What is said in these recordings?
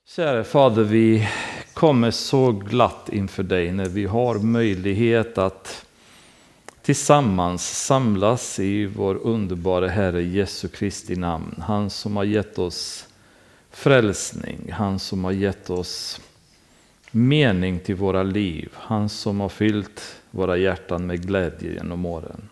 Kära Fader, vi kommer så glatt inför dig när vi har möjlighet att tillsammans samlas i vår underbara Herre Jesu Kristi namn. Han som har gett oss frälsning, han som har gett oss mening till våra liv, han som har fyllt våra hjärtan med glädje genom åren.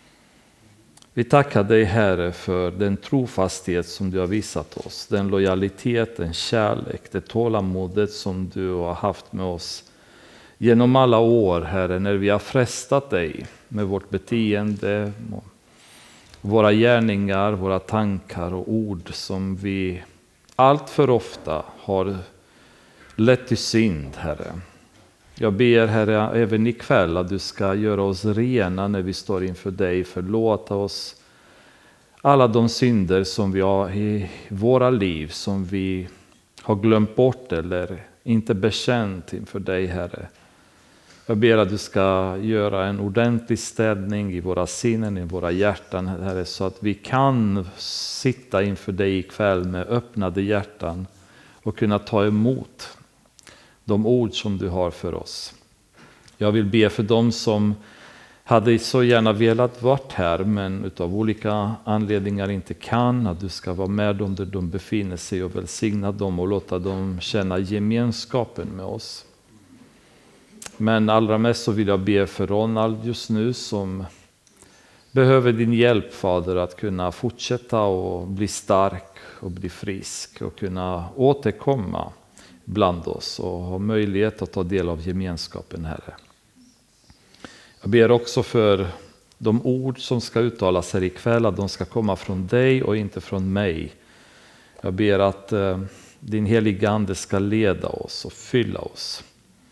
Vi tackar dig, Herre, för den trofasthet som du har visat oss, den lojalitet, den kärlek, det tålamodet som du har haft med oss genom alla år, Herre, när vi har frestat dig med vårt beteende, våra gärningar, våra tankar och ord som vi allt för ofta har lett till synd, Herre. Jag ber, Herre, även ikväll att du ska göra oss rena när vi står inför dig. Förlåta oss alla de synder som vi har i våra liv, som vi har glömt bort eller inte bekänt inför dig, Herre. Jag ber att du ska göra en ordentlig städning i våra sinnen, i våra hjärtan, Herre, så att vi kan sitta inför dig ikväll med öppnade hjärtan och kunna ta emot de ord som du har för oss. Jag vill be för dem som hade så gärna velat varit här men utav olika anledningar inte kan, att du ska vara med dem där de befinner sig och välsigna dem och låta dem känna gemenskapen med oss. Men allra mest så vill jag be för Ronald just nu som behöver din hjälp, Fader, att kunna fortsätta och bli stark och bli frisk och kunna återkomma bland oss och ha möjlighet att ta del av gemenskapen, Herre. Jag ber också för de ord som ska uttalas här ikväll, att de ska komma från dig och inte från mig. Jag ber att din heliga Ande ska leda oss och fylla oss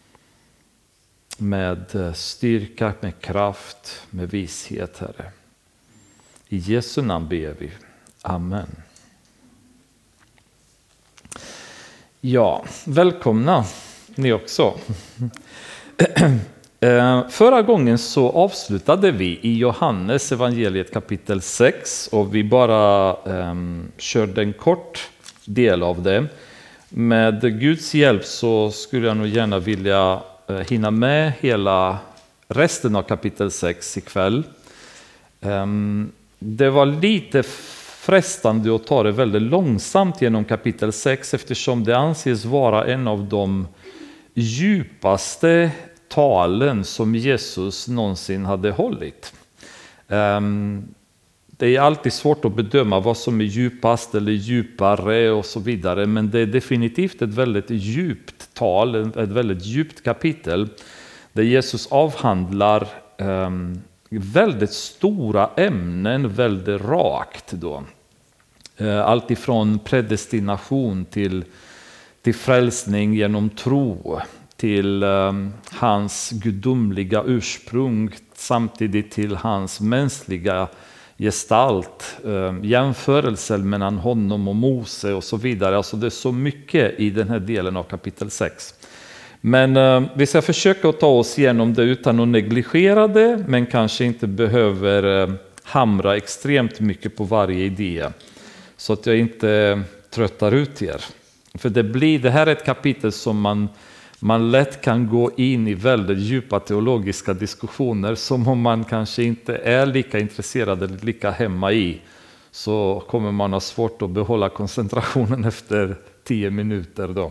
med styrka, med kraft, med vishet, Herre. I Jesu namn ber vi. Amen. Ja, välkomna ni också. Förra gången så avslutade vi i Johannes evangeliet kapitel 6 och vi bara körde en kort del av det. Med Guds hjälp så skulle jag nog gärna vilja hinna med hela resten av kapitel 6 ikväll. Det var lite frestande att ta det väldigt långsamt genom kapitel 6 eftersom det anses vara en av de djupaste talen som Jesus någonsin hade hållit. Det är alltid svårt att bedöma vad som är djupast eller djupare och så vidare, men det är definitivt ett väldigt djupt tal, ett väldigt djupt kapitel där Jesus avhandlar väldigt stora ämnen väldigt rakt då. Allt ifrån predestination till frälsning genom tro, till hans gudomliga ursprung, samtidigt till hans mänskliga gestalt, jämförelser mellan honom och Mose och så vidare. Alltså det är så mycket i den här delen av kapitel 6. Men vi ska försöka att ta oss igenom det utan att negligera det, men kanske inte behöver hamra extremt mycket på varje idé. Så att jag inte tröttar ut er. För det här är ett kapitel som man lätt kan gå in i väldigt djupa teologiska diskussioner som om man kanske inte är lika intresserad eller lika hemma i, så kommer man ha svårt att behålla koncentrationen efter 10 minuter då.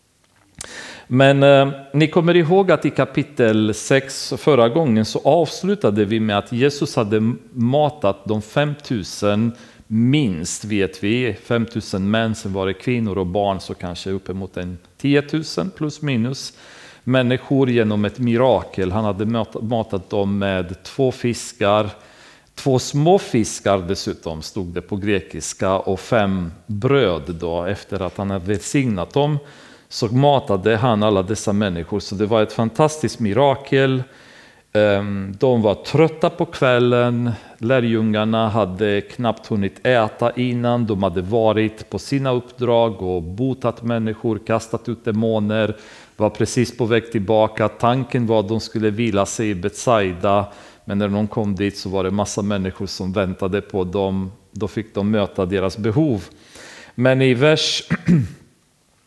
Men ni kommer ihåg att i kapitel 6 förra gången så avslutade vi med att Jesus hade matat de 5000, minst vet vi, 5000 män, sen var det kvinnor och barn, så kanske uppemot 10 000 plus minus människor genom ett mirakel. Han hade matat dem med 2 fiskar, 2 små fiskar dessutom stod det på grekiska, och 5 bröd då. Efter att han hade välsignat dem så matade han alla dessa människor, så det var ett fantastiskt mirakel. De var trötta på kvällen, lärjungarna hade knappt hunnit äta innan, de hade varit på sina uppdrag och botat människor, kastat ut demoner, var precis på väg tillbaka. Tanken var att de skulle vila sig i Betsaida, men när de kom dit så var det massa människor som väntade på dem. Då fick de möta deras behov. Men i vers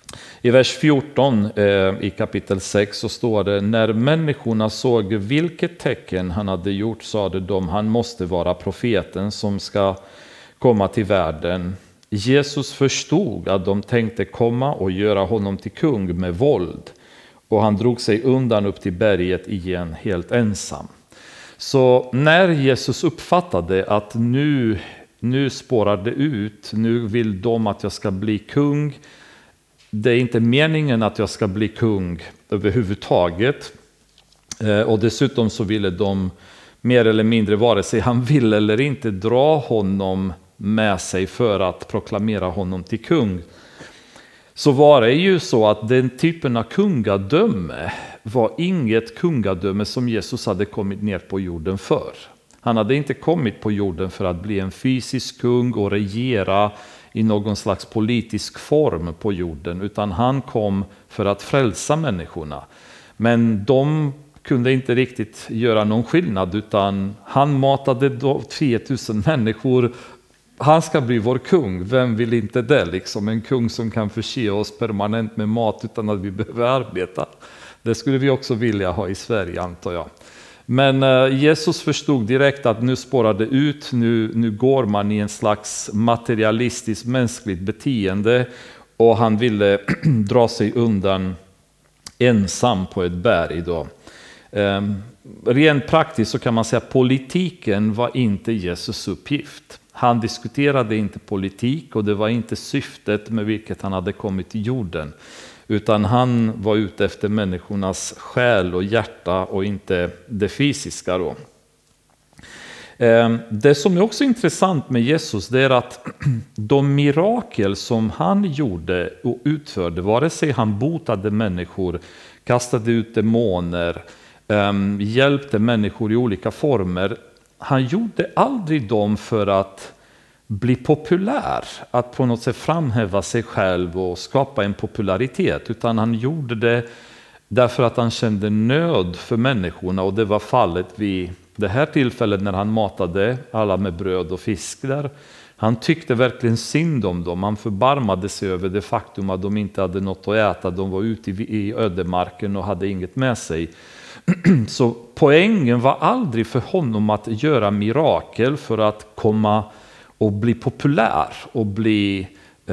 I vers 14 i kapitel 6 så står det: när människorna såg vilket tecken han hade gjort sade de, han måste vara profeten som ska komma till världen. Jesus förstod att de tänkte komma och göra honom till kung med våld, och han drog sig undan upp till berget igen helt ensam. Så när Jesus uppfattade att nu spårar det ut, nu vill de att jag ska bli kung, det är inte meningen att jag ska bli kung överhuvudtaget, och dessutom så ville de mer eller mindre, vare sig han vill eller inte, dra honom med sig för att proklamera honom till kung. Så var det ju så att den typen av kungadöme var inget kungadöme som Jesus hade kommit ner på jorden för. Han hade inte kommit på jorden för att bli en fysisk kung och regera i någon slags politisk form på jorden, utan han kom för att frälsa människorna. Men de kunde inte riktigt göra någon skillnad, utan han matade 10 000 människor. Han ska bli vår kung, vem vill inte det? Liksom en kung som kan förse oss permanent med mat utan att vi behöver arbeta. Det skulle vi också vilja ha i Sverige, antar jag. Men Jesus förstod direkt att nu spårar det ut, nu går man i en slags materialistiskt mänskligt beteende, och han ville dra sig undan ensam på ett berg då. Rent praktiskt så kan man säga att politiken var inte Jesus uppgift. Han diskuterade inte politik, och det var inte syftet med vilket han hade kommit till jorden. Utan han var ute efter människornas själ och hjärta och inte det fysiska då. Det som är också intressant med Jesus, det är att de mirakel som han gjorde och utförde, vare sig han botade människor, kastade ut demoner, hjälpte människor i olika former, han gjorde aldrig dem för att bli populär, att på något sätt framhäva sig själv och skapa en popularitet, utan han gjorde det därför att han kände nöd för människorna, och det var fallet vid det här tillfället när han matade alla med bröd och fisk där. Han tyckte verkligen synd om dem, han förbarmade sig över det faktum att de inte hade något att äta, de var ute i ödemarken och hade inget med sig. Så poängen var aldrig för honom att göra mirakel för att komma och bli populär och bli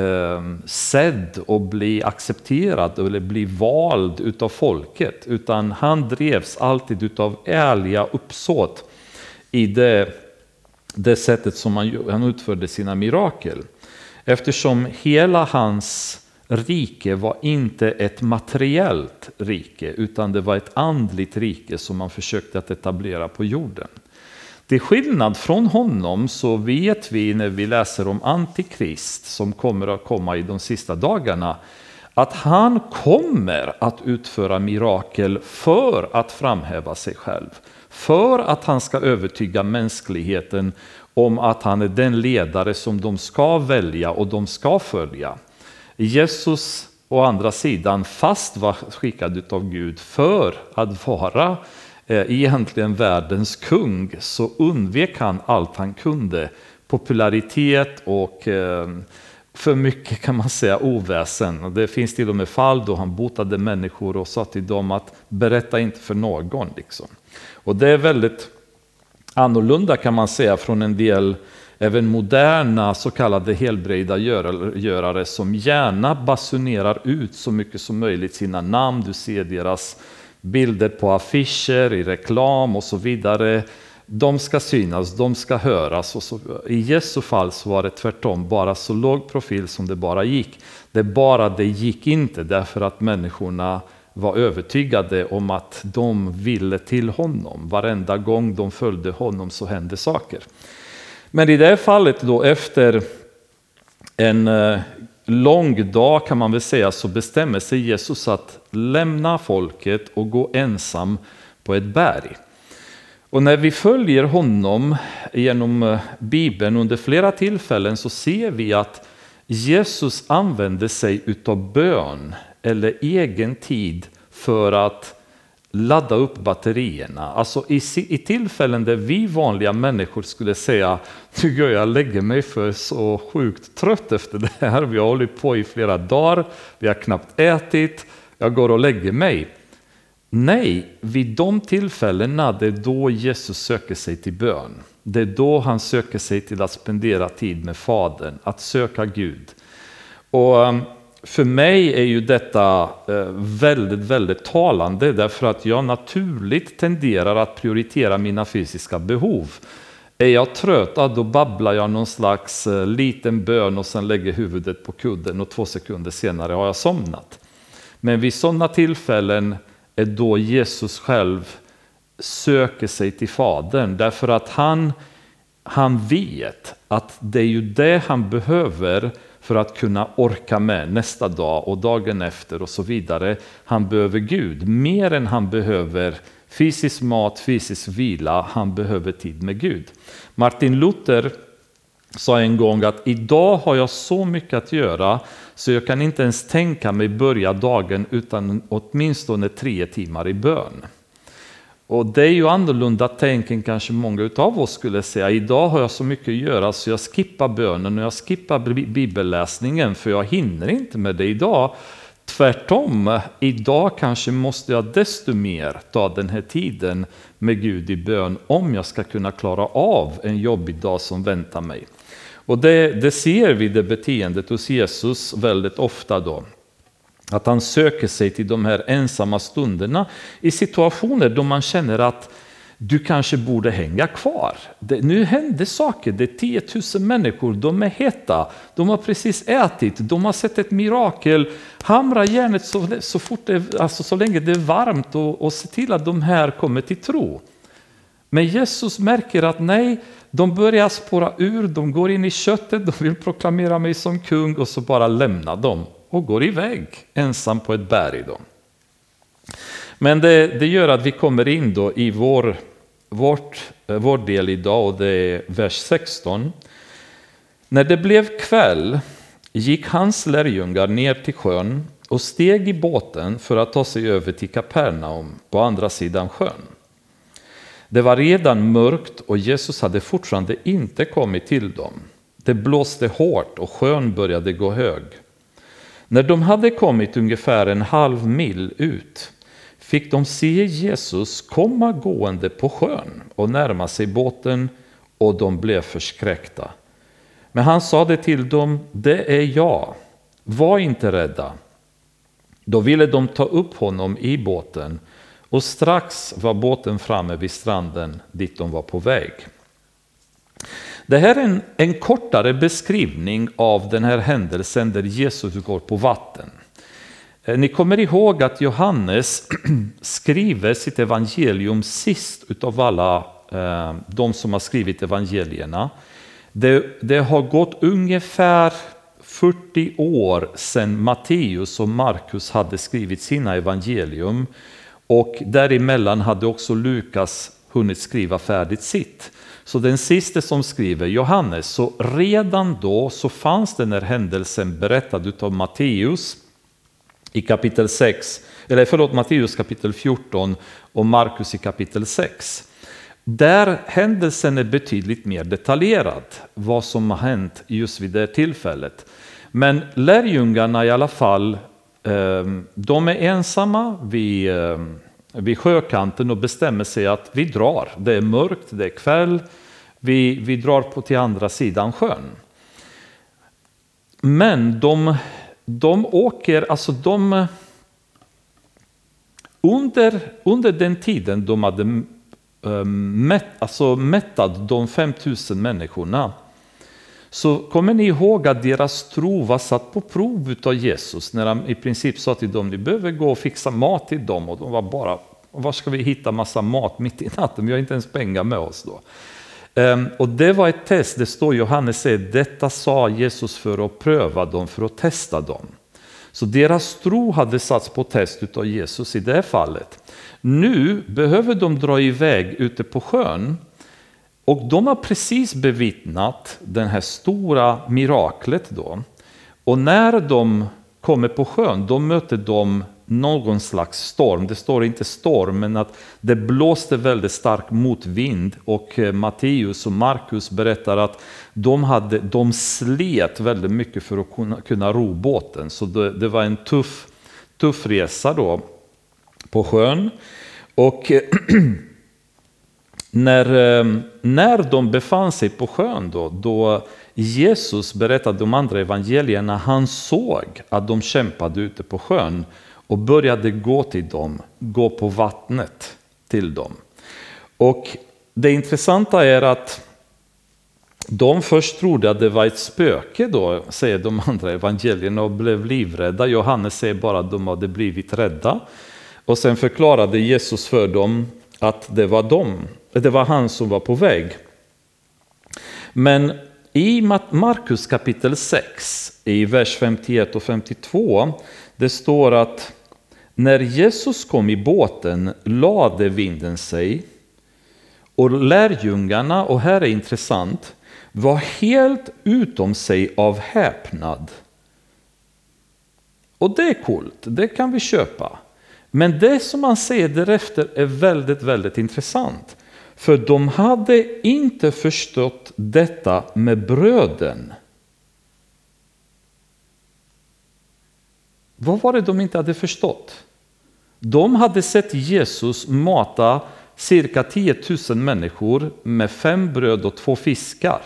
sedd och bli accepterad eller bli vald utav folket, utan han drevs alltid utav ärliga uppsåt i det sättet som han utförde sina mirakel. Eftersom hela hans rike var inte ett materiellt rike, utan det var ett andligt rike som man försökte att etablera på jorden. Till skillnad från honom så vet vi när vi läser om Antikrist som kommer att komma i de sista dagarna, att han kommer att utföra mirakel för att framhäva sig själv. För att han ska övertyga mänskligheten om att han är den ledare som de ska välja och de ska följa. Jesus å andra sidan fast var skickad av Gud för att vara egentligen världens kung, så undvek han allt han kunde. Popularitet och för mycket kan man säga oväsen. Det finns till och med fall då han botade människor och sa till dem att berätta inte för någon. Liksom. Och det är väldigt annorlunda kan man säga från en del även moderna så kallade helbrägdagörare som gärna basunerar ut så mycket som möjligt sina namn. Du ser deras bilder på affischer, i reklam och så vidare. De ska synas, de ska höras. Och så. I Jesu fall så var det tvärtom, bara så låg profil som det bara gick. Det gick inte därför att människorna var övertygade om att de ville till honom. Varenda gång de följde honom så hände saker. Men i det här fallet då efter en lång dag kan man väl säga så bestämmer sig Jesus att lämna folket och gå ensam på ett berg. Och när vi följer honom genom Bibeln under flera tillfällen så ser vi att Jesus använder sig utav bön eller egen tid för att ladda upp batterierna. Alltså i tillfällen där vi vanliga människor skulle säga, tycker jag lägger mig för så sjukt trött efter det här. Vi har hållit på i flera dagar, vi har knappt ätit, jag går och lägger mig. Nej, vid de tillfällena det är då Jesus söker sig till bön. Det är då han söker sig till att spendera tid med Fadern, att söka Gud. Och för mig är ju detta väldigt, väldigt talande, därför att jag naturligt tenderar att prioritera mina fysiska behov. Är jag trött, då babblar jag någon slags liten bön och sen lägger huvudet på kudden och 2 sekunder senare har jag somnat. Men vid sådana tillfällen är då Jesus själv söker sig till Fadern, därför att han vet att det är ju det han behöver för att kunna orka med nästa dag och dagen efter och så vidare. Han behöver Gud mer än han behöver fysisk mat, fysisk vila. Han behöver tid med Gud. Martin Luther sa en gång att idag har jag så mycket att göra så jag kan inte ens tänka mig börja dagen utan åtminstone 3 timmar i bön. Och det är ju annorlunda tänk än kanske många av oss skulle säga. Idag har jag så mycket att göra så jag skippar bönen och jag skippar bibelläsningen för jag hinner inte med det idag. Tvärtom, idag kanske måste jag desto mer ta den här tiden med Gud i bön om jag ska kunna klara av en jobbig dag som väntar mig. Och det ser vi det beteendet hos Jesus väldigt ofta då. Att han söker sig till de här ensamma stunderna i situationer då man känner att du kanske borde hänga kvar. Nu händer saker, det är 10 000 människor, de är heta, de har precis ätit, de har sett ett mirakel. Hamra järnet så fort så länge det är varmt och se till att de här kommer till tro. Men Jesus märker att nej, de börjar spåra ur, de går in i köttet, de vill proklamera mig som kung och så bara lämna dem. Och går iväg ensam på ett berg då. Men det gör att vi kommer in då i vår del idag och det är vers 16. När det blev kväll gick hans lärjungar ner till sjön och steg i båten för att ta sig över till Kapernaum på andra sidan sjön. Det var redan mörkt och Jesus hade fortfarande inte kommit till dem. Det blåste hårt och sjön började gå hög. När de hade kommit ungefär en halv mil ut fick de se Jesus komma gående på sjön och närma sig båten och de blev förskräckta. Men han sade till dem, det är jag, var inte rädda. Då ville de ta upp honom i båten och strax var båten framme vid stranden dit de var på väg. Det här är en kortare beskrivning av den här händelsen där Jesus går på vatten. Ni kommer ihåg att Johannes skriver sitt evangelium sist utav alla de som har skrivit evangelierna. Det har gått ungefär 40 år sedan Matteus och Markus hade skrivit sina evangelium. Och däremellan hade också Lukas hunnit skriva färdigt sitt. Så den sista som skriver, Johannes, så redan då så fanns den här händelsen berättad utav Matteus i kapitel 6, Matteus kapitel 14 och Markus i kapitel 6. Där händelsen är betydligt mer detaljerad, vad som har hänt just vid det tillfället. Men lärjungarna i alla fall, de är ensamma vid sjökanten och bestämmer sig att vi drar. Det är mörkt, det är kväll, vi drar till andra sidan sjön. Men de åker, alltså under den tiden de hade mättat de 5000 människorna, så kommer ni ihåg att deras tro var satt på prov utav Jesus när han i princip sa till dem, ni behöver gå och fixa mat till dem, och de var bara, var ska vi hitta massa mat mitt i natten, vi har inte ens pengar med oss då. Och det var ett test, det står Johannes säger, detta sa Jesus för att pröva dem, för att testa dem. Så deras tro hade satts på test utav Jesus i det fallet. Nu behöver de dra iväg ute på sjön, och de har precis bevittnat den här stora miraklet då. Och när de kommer på sjön, då möter de någon slags storm. Det står inte storm, men att det blåste väldigt stark motvind. Och Matteus och Markus berättar att de slet väldigt mycket för att kunna ro båten. Så det var en tuff resa då på sjön. Och när de befann sig på sjön då Jesus berättade de andra evangelierna, han såg att de kämpade ute på sjön och började gå på vattnet till dem. Och det intressanta är att de först trodde att det var ett spöke då, säger de andra evangelierna, och blev livrädda. Johannes säger bara att de hade blivit rädda. Och sen förklarade Jesus för dem att det var han som var på väg. Men i Markus kapitel 6, i vers 51 och 52, det står att när Jesus kom i båten lade vinden sig, och lärjungarna, och här är intressant, var helt utom sig av häpnad. Och det är coolt, det kan vi köpa. Men det som man säger därefter är väldigt, väldigt intressant. För de hade inte förstått detta med bröden. Vad var det de inte hade förstått? De hade sett Jesus mata cirka 10 000 människor med 5 bröd och 2 fiskar.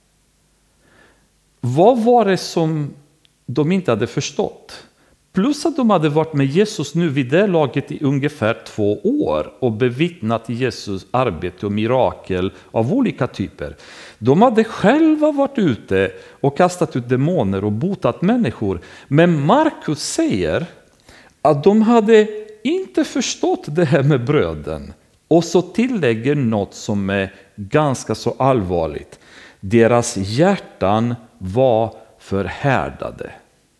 Vad var det som de inte hade förstått? Plus att de hade varit med Jesus nu vid det laget i ungefär 2 år och bevittnat Jesus arbete och mirakel av olika typer. De hade själva varit ute och kastat ut demoner och botat människor. Men Markus säger att de hade inte förstått det här med bröden. Och så tillägger något som är ganska så allvarligt. Deras hjärtan var förhärdade.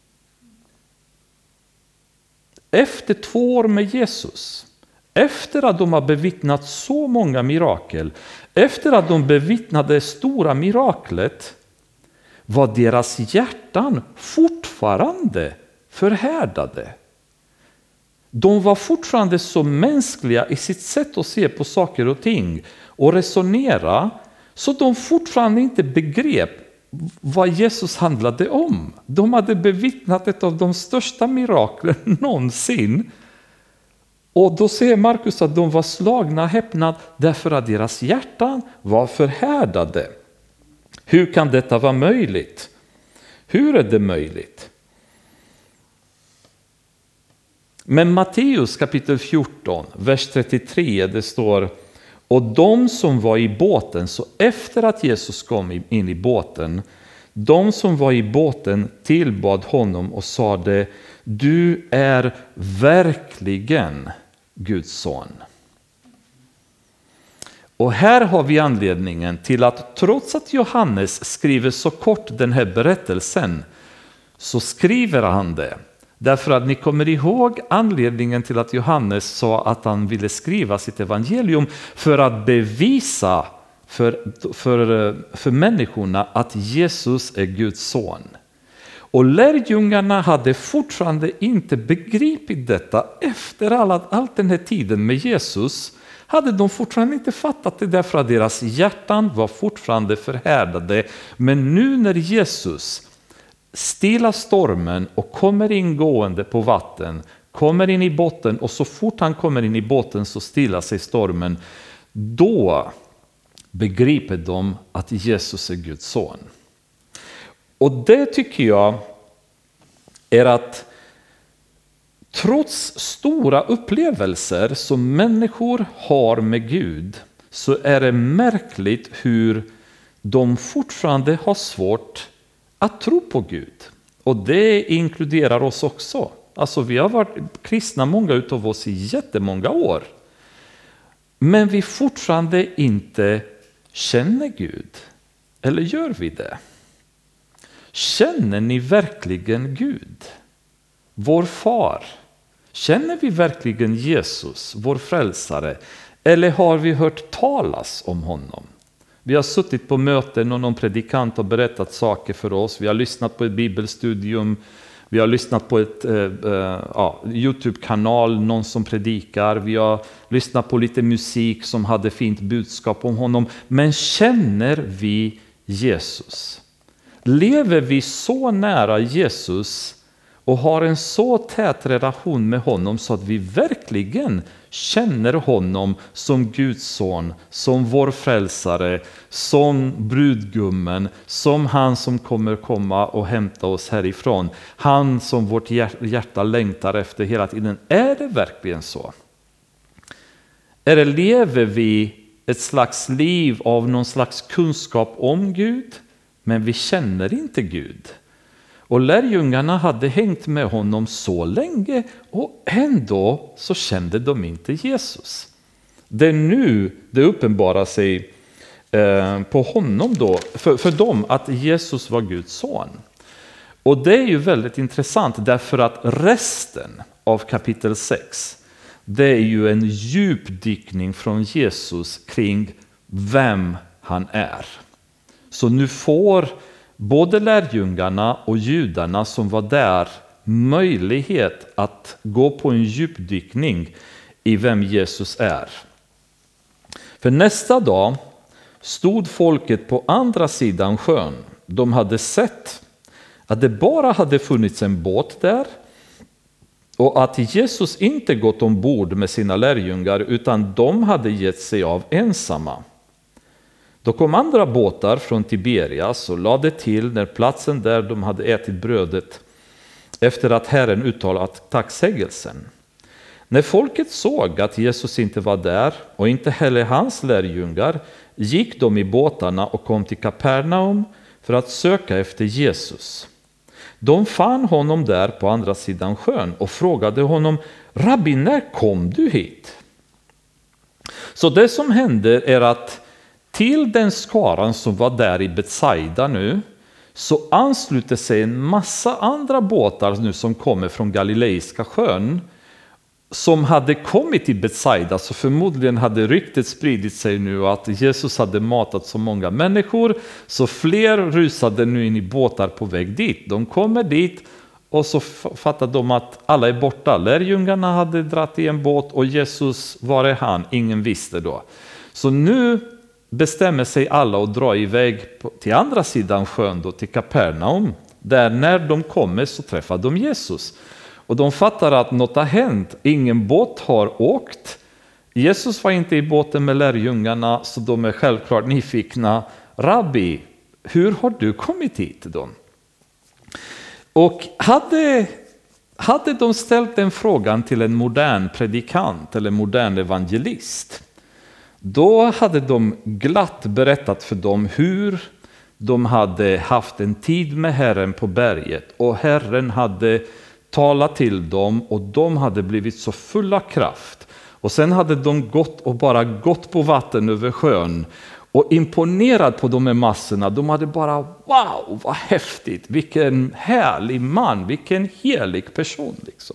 Efter 2 år med Jesus, efter att de har bevittnat så många mirakel, efter att de bevittnade stora miraklet, var deras hjärtan fortfarande förhärdade. De var fortfarande så mänskliga i sitt sätt att se på saker och ting och resonera, så de fortfarande inte begrep vad Jesus handlade om. De hade bevittnat ett av de största miraklen någonsin. Och då säger Markus att de var slagna häpnad därför att deras hjärtan var förhärdade. Hur kan detta vara möjligt? Hur är det möjligt? Men Matteus kapitel 14, vers 33, det står: och de som var i båten, så efter att Jesus kom in i båten, de som var i båten tillbad honom och sade: du är verkligen Guds son. Och här har vi anledningen till att trots att Johannes skriver så kort den här berättelsen, så skriver han det. Därför att ni kommer ihåg anledningen till att Johannes sa att han ville skriva sitt evangelium, för att bevisa för människorna att Jesus är Guds son. Och lärjungarna hade fortfarande inte begripit detta. Efter all den här tiden med Jesus hade de fortfarande inte fattat det, därför att deras hjärtan var fortfarande förhärdade. Men nu när Jesus stilla stormen och kommer ingående på vatten, kommer in i båten, och så fort han kommer in i båten så stilla sig stormen, då begriper de att Jesus är Guds son. Och det tycker jag är att trots stora upplevelser som människor har med Gud, så är det märkligt hur de fortfarande har svårt att tro på Gud. Och det inkluderar oss också. Alltså vi har varit kristna, många utav oss, i jättemånga år. Men vi fortfarande inte känner Gud. Eller gör vi det? Känner ni verkligen Gud? Vår far? Känner vi verkligen Jesus, vår frälsare? Eller har vi hört talas om honom? Vi har suttit på möten och någon predikant har berättat saker för oss. Vi har lyssnat på ett bibelstudium. Vi har lyssnat på ett YouTube-kanal, någon som predikar. Vi har lyssnat på lite musik som hade fint budskap om honom. Men känner vi Jesus? Lever vi så nära Jesus och har en så tät relation med honom så att vi verkligen känner honom som Guds son, som vår frälsare, som brudgummen, som han som kommer komma och hämta oss härifrån. Han som vårt hjärta längtar efter hela tiden. Är det verkligen så? Eller lever vi ett slags liv av någon slags kunskap om Gud, men vi känner inte Gud? Och lärjungarna hade hängt med honom så länge och ändå så kände de inte Jesus. Det är nu det uppenbarar sig på honom då, för dem att Jesus var Guds son. Och det är ju väldigt intressant därför att resten av kapitel 6 det är ju en djupdykning från Jesus kring vem han är. Så nu får både lärjungarna och judarna som var där möjlighet att gå på en djupdykning i vem Jesus är. För nästa dag stod folket på andra sidan sjön. De hade sett att det bara hade funnits en båt där och att Jesus inte gått ombord med sina lärjungar utan de hade gett sig av ensamma. Då kom andra båtar från Tiberias och lade till när platsen där de hade ätit brödet efter att Herren uttalat tacksägelsen. När folket såg att Jesus inte var där och inte heller hans lärjungar gick de i båtarna och kom till Kapernaum för att söka efter Jesus. De fann honom där på andra sidan sjön och frågade honom: Rabbi, när kom du hit? Så det som hände är att till den skaran som var där i Betsaida nu så ansluter sig en massa andra båtar nu som kommer från Galileiska sjön som hade kommit till Betsaida, så förmodligen hade ryktet spridit sig nu att Jesus hade matat så många människor så fler rusade nu in i båtar på väg dit. De kommer dit och så fattade de att alla är borta. Lärjungarna hade dratt i en båt och Jesus, var är han? Ingen visste då. Så nu bestämmer sig alla att dra iväg till andra sidan sjön då, till Kapernaum. Där när de kommer så träffar de Jesus. Och de fattar att något har hänt. Ingen båt har åkt. Jesus var inte i båten med lärjungarna så de är självklart nyfikna. Rabbi, hur har du kommit hit då? Och hade de ställt den frågan till en modern predikant eller modern evangelist, då hade de glatt berättat för dem hur de hade haft en tid med Herren på berget och Herren hade talat till dem och de hade blivit så fulla kraft. Och sen hade de gått på vatten över sjön och imponerad på de här massorna. De hade bara, wow, vad häftigt, vilken härlig man, vilken helig person liksom.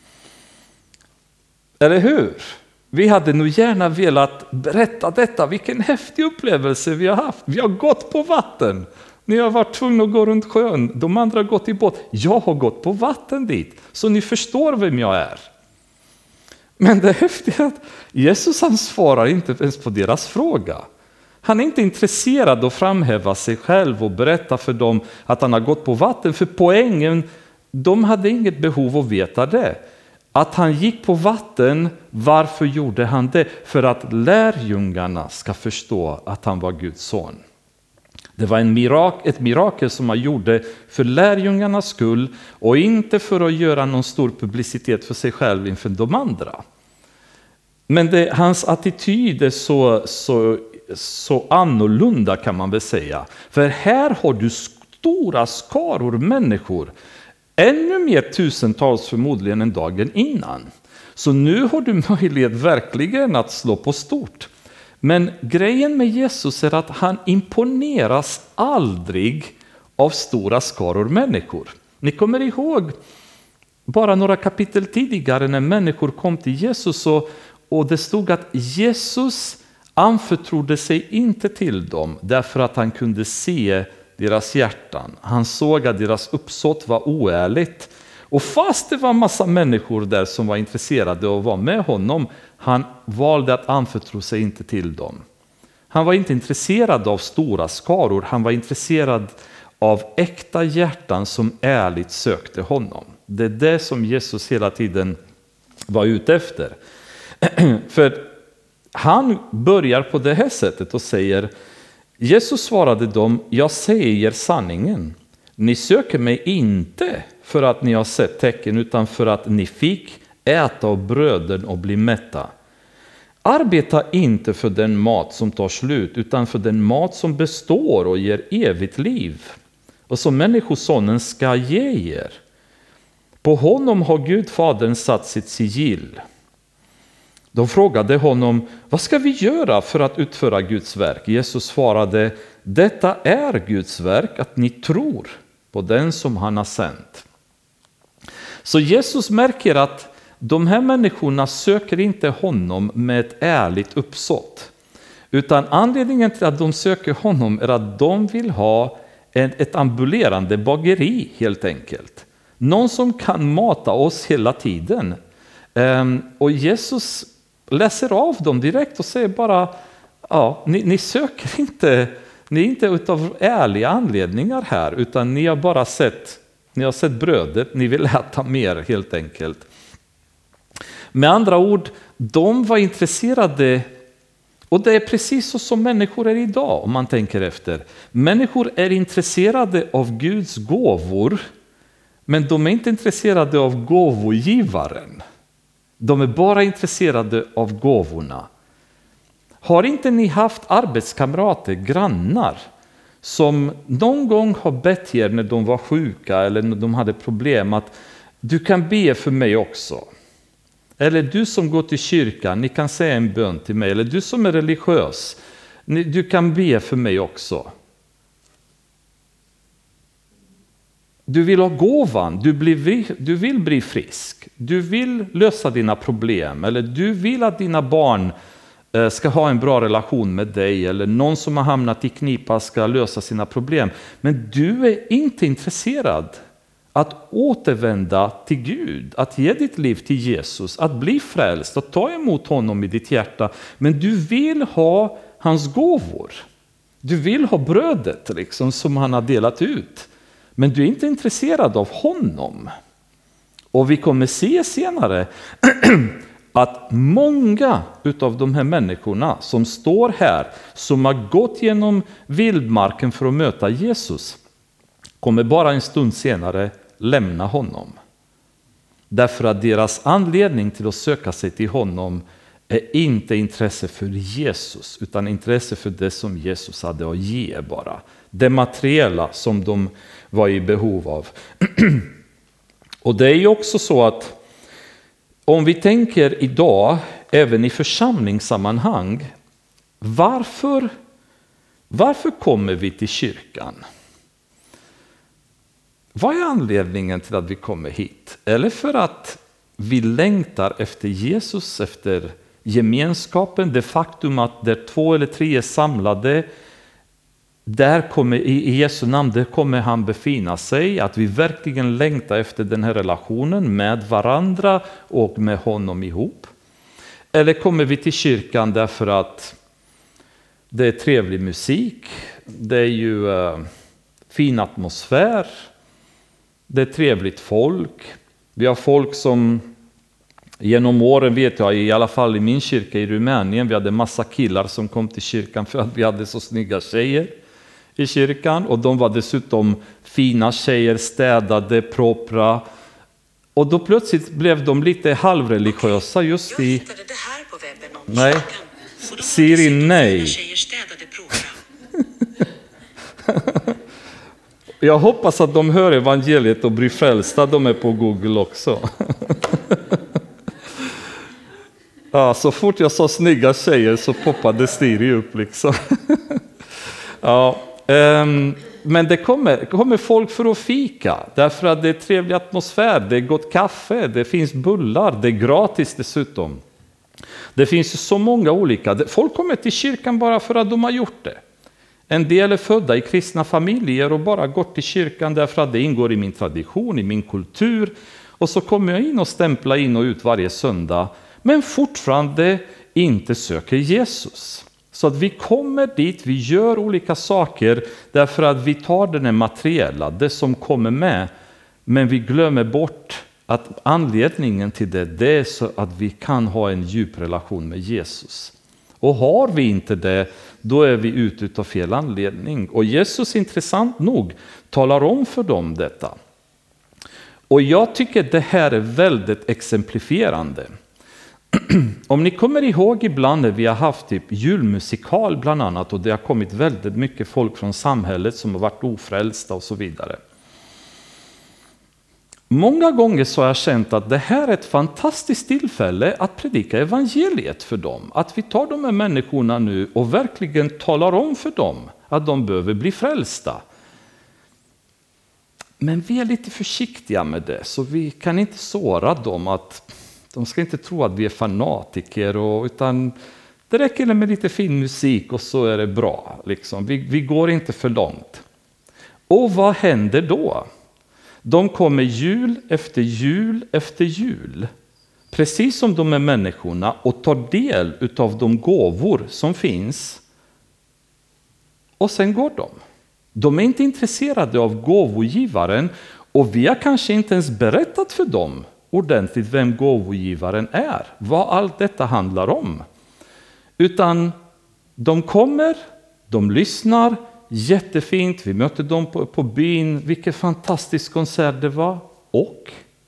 Eller hur? Vi hade nog gärna velat berätta detta, vilken häftig upplevelse vi har haft. Vi har gått på vatten. Ni har varit tvungna att gå runt sjön. De andra har gått i båt. Jag har gått på vatten dit. Så ni förstår vem jag är. Men det häftiga är att Jesus han svarar inte ens på deras fråga. Han är inte intresserad av att framhäva sig själv och berätta för dem att han har gått på vatten. För poängen, de hade inget behov att veta det. Att han gick på vatten, varför gjorde han det? För att lärjungarna ska förstå att han var Guds son. Det var ett mirakel som han gjorde för lärjungarnas skull och inte för att göra någon stor publicitet för sig själv inför de andra. Men hans attityd är så annorlunda kan man väl säga. För här har du stora skaror människor. Ännu mer tusentals förmodligen än dagen innan. Så nu har du möjlighet verkligen att slå på stort. Men grejen med Jesus är att han imponeras aldrig av stora skaror människor. Ni kommer ihåg bara några kapitel tidigare när människor kom till Jesus och det stod att Jesus anförtrodde sig inte till dem därför att han kunde se deras hjärtan. Han såg att deras uppsåt var oärligt. Och fast det var en massa människor där som var intresserade av att vara med honom, han valde att anförtro sig inte till dem. Han var inte intresserad av stora skaror, han var intresserad av äkta hjärtan som ärligt sökte honom. Det är det som Jesus hela tiden var ute efter. För han börjar på det här sättet och säger, Jesus svarade dem, jag säger er sanningen. Ni söker mig inte för att ni har sett tecken, utan för att ni fick äta av bröden och bli mätta. Arbeta inte för den mat som tar slut, utan för den mat som består och ger evigt liv. Och som människosonen ska ge er. På honom har Gud Fadern satt sitt sigill. De frågade honom, vad ska vi göra för att utföra Guds verk? Jesus svarade, detta är Guds verk, att ni tror på den som han har sänt. Så Jesus märker att de här människorna söker inte honom med ett ärligt uppsåt. Utan anledningen till att de söker honom är att de vill ha ett ambulerande bageri helt enkelt. Någon som kan mata oss hela tiden. Och Jesus läser av dem direkt och säger bara, ja, ni söker inte, ni är inte utav ärliga anledningar här, utan ni har bara sett brödet, ni vill äta mer helt enkelt. Med andra ord, de var intresserade, och det är precis så som människor är idag om man tänker efter. Människor är intresserade av Guds gåvor, men de är inte intresserade av gåvogivaren. De är bara intresserade av gåvorna. Har inte ni haft arbetskamrater, grannar, som någon gång har bett er när de var sjuka eller när de hade problem att du kan be för mig också? Eller du som går till kyrkan, ni kan säga en bön till mig. Eller du som är religiös, du kan be för mig också. Du vill ha gåvan, du vill bli frisk, du vill lösa dina problem, eller du vill att dina barn ska ha en bra relation med dig, eller någon som har hamnat i knipa ska lösa sina problem. Men du är inte intresserad att återvända till Gud, att ge ditt liv till Jesus, att bli frälst, att ta emot honom i ditt hjärta. Men du vill ha hans gåvor. Du vill ha brödet liksom, som han har delat ut. Men du är inte intresserad av honom. Och vi kommer se senare att många utav de här människorna som står här, som har gått genom vildmarken för att möta Jesus, kommer bara en stund senare lämna honom. Därför att deras anledning till att söka sig till honom är inte intresse för Jesus, utan intresse för det som Jesus hade att ge bara. Det materiella som de var i behov av. Och det är ju också så att om vi tänker idag, även i församlingssammanhang, varför kommer vi till kyrkan? Vad är anledningen till att vi kommer hit? Eller för att vi längtar efter Jesus, efter gemenskapen, det faktum att där 2 eller 3 är samlade, där kommer, i Jesu namn, där kommer han befinna sig, att vi verkligen längtar efter den här relationen med varandra och med honom ihop. Eller kommer vi till kyrkan därför att det är trevlig musik, det är ju fin atmosfär, det är trevligt folk. Vi har folk som genom åren, vet jag, i alla fall i min kyrka i Rumänien, vi hade massa killar som kom till kyrkan för att vi hade så snygga tjejer i kyrkan. Och de var dessutom fina tjejer, städade, propra. Och då plötsligt blev de lite halvreligiösa just i... Jag hittade det här på webben om Nej, Siri, nej. Tjejer städade, propra. Jag hoppas att de hör evangeliet och blir frälsta. De är på Google också. Ja, så fort jag sa snygga tjejer så poppade Siri upp liksom. Ja, men det kommer folk för att fika. Därför att det är trevlig atmosfär, det är gott kaffe, det finns bullar, det är gratis dessutom. Det finns ju så många olika. Folk kommer till kyrkan bara för att de har gjort det. En del är födda i kristna familjer och bara gått till kyrkan därför att det ingår i min tradition, i min kultur. Och så kommer jag in och stämplar in och ut varje söndag, men fortfarande inte söker Jesus. Så att vi kommer dit, vi gör olika saker därför att vi tar den materiella, det som kommer med, men vi glömmer bort att anledningen till det är så att vi kan ha en djup relation med Jesus. Och har vi inte det, då är vi ute av fel anledning. Och Jesus, intressant nog, talar om för dem detta. Och jag tycker det här är väldigt exemplifierande. Om ni kommer ihåg ibland när vi har haft typ julmusikal bland annat, och det har kommit väldigt mycket folk från samhället som har varit ofrälsta och så vidare. Många gånger så har jag känt att det här är ett fantastiskt tillfälle att predika evangeliet för dem. Att vi tar de här människorna nu och verkligen talar om för dem att de behöver bli frälsta. Men vi är lite försiktiga med det, så vi kan inte såra dem, att de ska inte tro att vi är fanatiker, utan det räcker med lite fin musik och så är det bra. Liksom. Vi går inte för långt. Och vad händer då? De kommer jul efter jul efter jul, precis som de är människorna, och tar del av de gåvor som finns. Och sen går de. De är inte intresserade av gåvogivaren, och vi har kanske inte ens berättat för dem ordentligt vem gåvogivaren är, vad allt detta handlar om. Utan de kommer, de lyssnar, jättefint, vi möter dem på byn, vilken fantastisk konsert det var. Och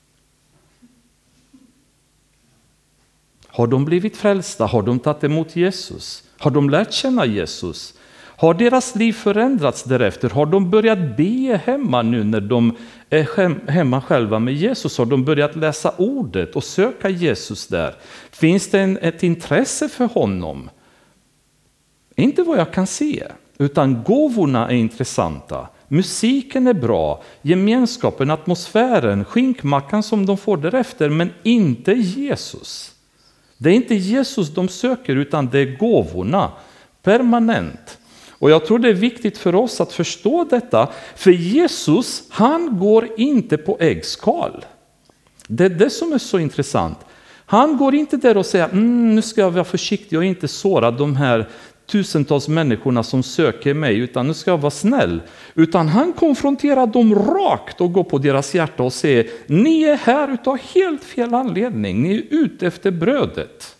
har de blivit frälsta? Har de tagit emot Jesus? Har de lärt känna Jesus? Har deras liv förändrats därefter? Har de börjat be hemma nu när de är hemma själva med Jesus? Har de börjat läsa ordet och söka Jesus där? Finns det ett intresse för honom? Inte vad jag kan se, utan gåvorna är intressanta. Musiken är bra, gemenskapen, atmosfären, skinkmackan som de får därefter, men inte Jesus. Det är inte Jesus de söker, utan det är gåvorna, permanent. Och jag tror det är viktigt för oss att förstå detta, för Jesus, han går inte på äggskal. Det är det som är så intressant. Han går inte där och säger, nu ska jag vara försiktig och inte såra de här tusentals människorna som söker mig, utan nu ska jag vara snäll. Utan han konfronterar dem rakt och går på deras hjärta och säger, ni är här utav helt fel anledning, ni är ute efter brödet.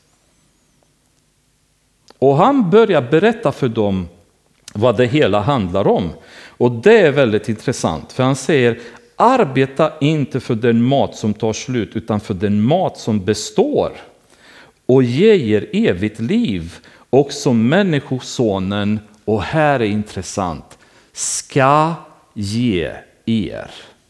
Och han börjar berätta för dem vad det hela handlar om. Och det är väldigt intressant, för han säger, arbeta inte för den mat som tar slut, utan för den mat som består och ger evigt liv, och som människosonen, och här är intressant, ska ge er.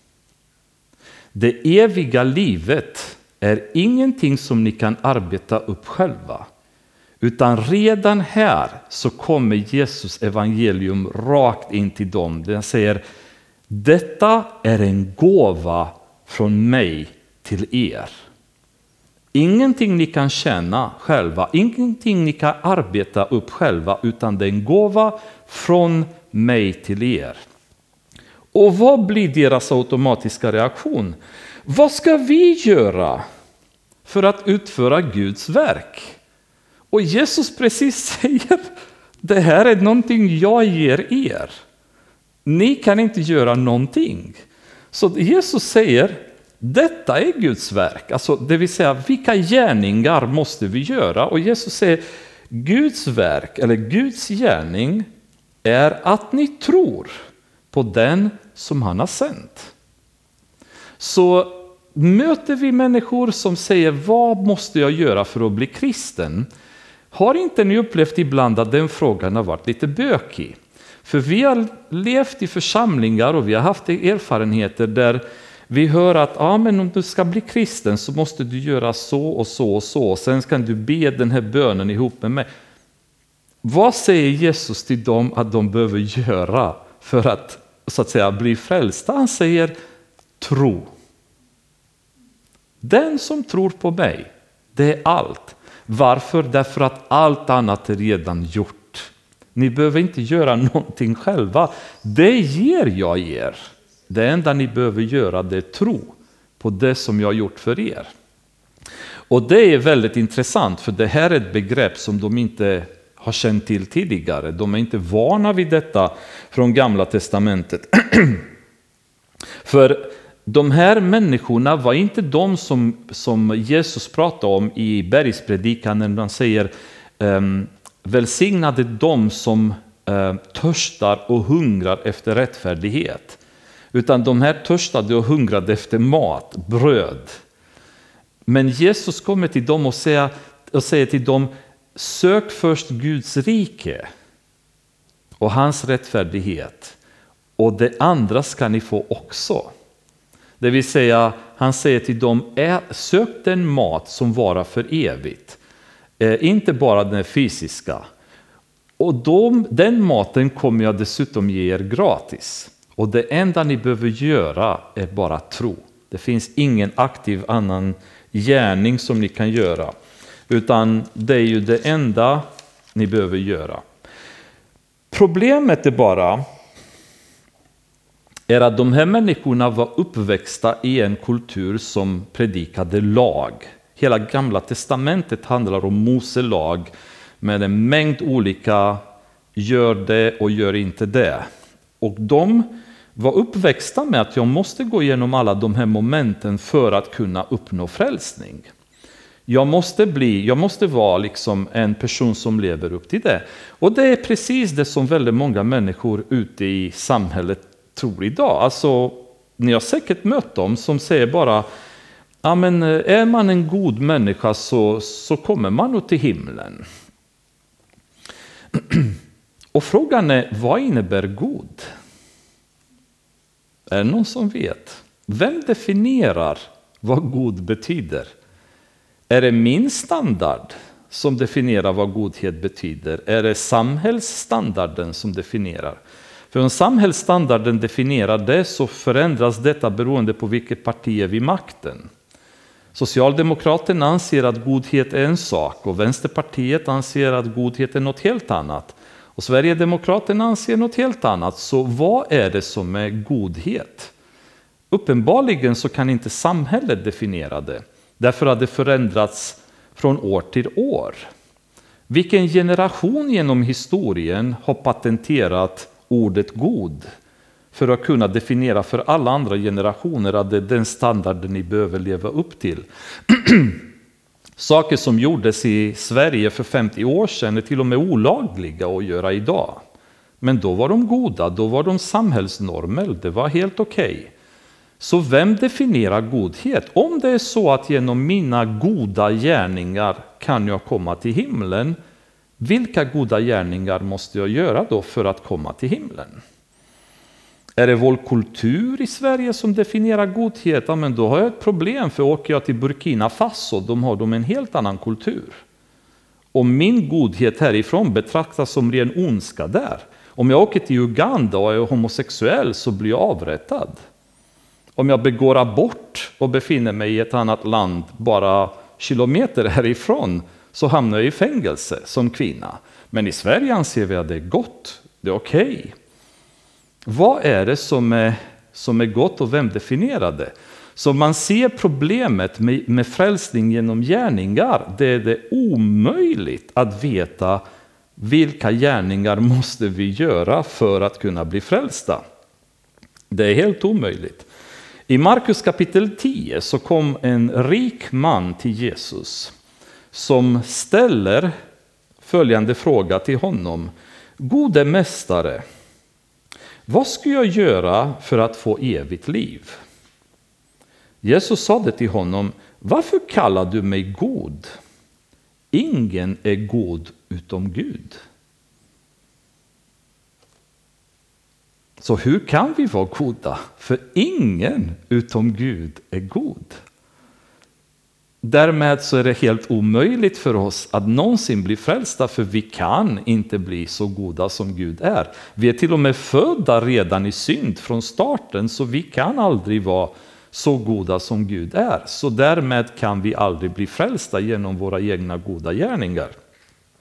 Det eviga livet är ingenting som ni kan arbeta upp själva, utan redan här så kommer Jesus evangelium rakt in till dem. Den säger, detta är en gåva från mig till er. Ingenting ni kan tjäna själva, ingenting ni kan arbeta upp själva, utan det är en gåva från mig till er. Och vad blir deras automatiska reaktion? Vad ska vi göra för att utföra Guds verk? Och Jesus precis säger, det här är någonting jag ger er. Ni kan inte göra någonting. Så Jesus säger, detta är Guds verk. Alltså, det vill säga, vilka gärningar måste vi göra? Och Jesus säger, Guds verk eller Guds gärning är att ni tror på den som han har sänt. Så möter vi människor som säger, vad måste jag göra för att bli kristen? Har inte ni upplevt ibland att den frågan har varit lite bökig? För vi har levt i församlingar och vi har haft erfarenheter där vi hör att men om du ska bli kristen så måste du göra så och så och så. Sen kan du be den här bönen ihop med mig. Vad säger Jesus till dem att de behöver göra för att, så att säga, bli frälsta? Han säger, tro. Den som tror på mig, det är allt. Varför? Därför att allt annat är redan gjort. Ni behöver inte göra någonting själva. Det ger jag er. Det enda ni behöver göra, det är tro på det som jag har gjort för er. Och det är väldigt intressant, för det här är ett begrepp som de inte har känt till tidigare. De är inte vana vid detta från Gamla testamentet. För de här människorna var inte de som Jesus pratade om i bergspredikan när han säger välsignade de som törstar och hungrar efter rättfärdighet. Utan de här törstade och hungrade efter mat, bröd. Men Jesus kommer till dem och säger till dem, sök först Guds rike och hans rättfärdighet, och det andra ska ni få också. Det vill säga, han säger till dem, sök den mat som varar för evigt, inte bara den fysiska. Och den maten kommer jag dessutom ge er gratis. Och det enda ni behöver göra är bara tro. Det finns ingen aktiv annan gärning som ni kan göra. Utan det är ju det enda ni behöver göra. Problemet är bara att de här människorna var uppväxta i en kultur som predikade lag. Hela Gamla testamentet handlar om Mose lag med en mängd olika gör det och gör inte det. Och de var uppväxta med att jag måste gå igenom alla de här momenten för att kunna uppnå frälsning. Jag måste vara liksom en person som lever upp till det. Och det är precis det som väldigt många människor ute i samhället tror idag. Alltså, ni har säkert mött dem som säger bara, ja, men är man en god människa så kommer man nog till himlen. Och frågan är, vad innebär god? Är det någon som vet? Vem definierar vad god betyder? Är det min standard som definierar vad godhet betyder? Är det samhällsstandarden som definierar? För om samhällsstandarden definierar det så förändras detta beroende på vilket parti är vid makten. Socialdemokraterna anser att godhet är en sak och Vänsterpartiet anser att godhet är något helt annat. Och Sverigedemokraterna anser något helt annat. Så vad är det som är godhet? Uppenbarligen så kan inte samhället definiera det. Därför har det förändrats från år till år. Vilken generation genom historien har patenterat ordet god för att kunna definiera för alla andra generationer att det är den standarden ni behöver leva upp till? Saker som gjordes i Sverige för 50 år sedan är till och med olagliga att göra idag. Men då var de goda, då var de samhällsnormer, det var helt okej. Så vem definierar godhet? Om det är så att genom mina goda gärningar kan jag komma till himlen, vilka goda gärningar måste jag göra då för att komma till himlen? Är det vår kultur i Sverige som definierar godhet? Ja, men då har jag ett problem, för åker jag till Burkina Faso, har de en helt annan kultur. Och min godhet härifrån betraktas som ren ondska där. Om jag åker till Uganda och är homosexuell så blir jag avrättad. Om jag begår abort och befinner mig i ett annat land bara kilometer härifrån så hamnar jag i fängelse som kvinna. Men i Sverige anser vi att det är gott, det är okej. Vad är det som är gott och vem definierar det? Så man ser problemet med frälsning genom gärningar. Det är det omöjligt att veta vilka gärningar måste vi göra för att kunna bli frälsta. Det är helt omöjligt. I Markus kapitel 10 så kom en rik man till Jesus som ställer följande fråga till honom. Gode mästare, vad ska jag göra för att få evigt liv? Jesus sade till honom, varför kallar du mig god? Ingen är god utom Gud. Så hur kan vi vara goda? För ingen utom Gud är god. Därmed så är det helt omöjligt för oss att någonsin bli frälsta, för vi kan inte bli så goda som Gud är. Vi är till och med födda redan i synd från starten, så vi kan aldrig vara så goda som Gud är. Så därmed kan vi aldrig bli frälsta genom våra egna goda gärningar.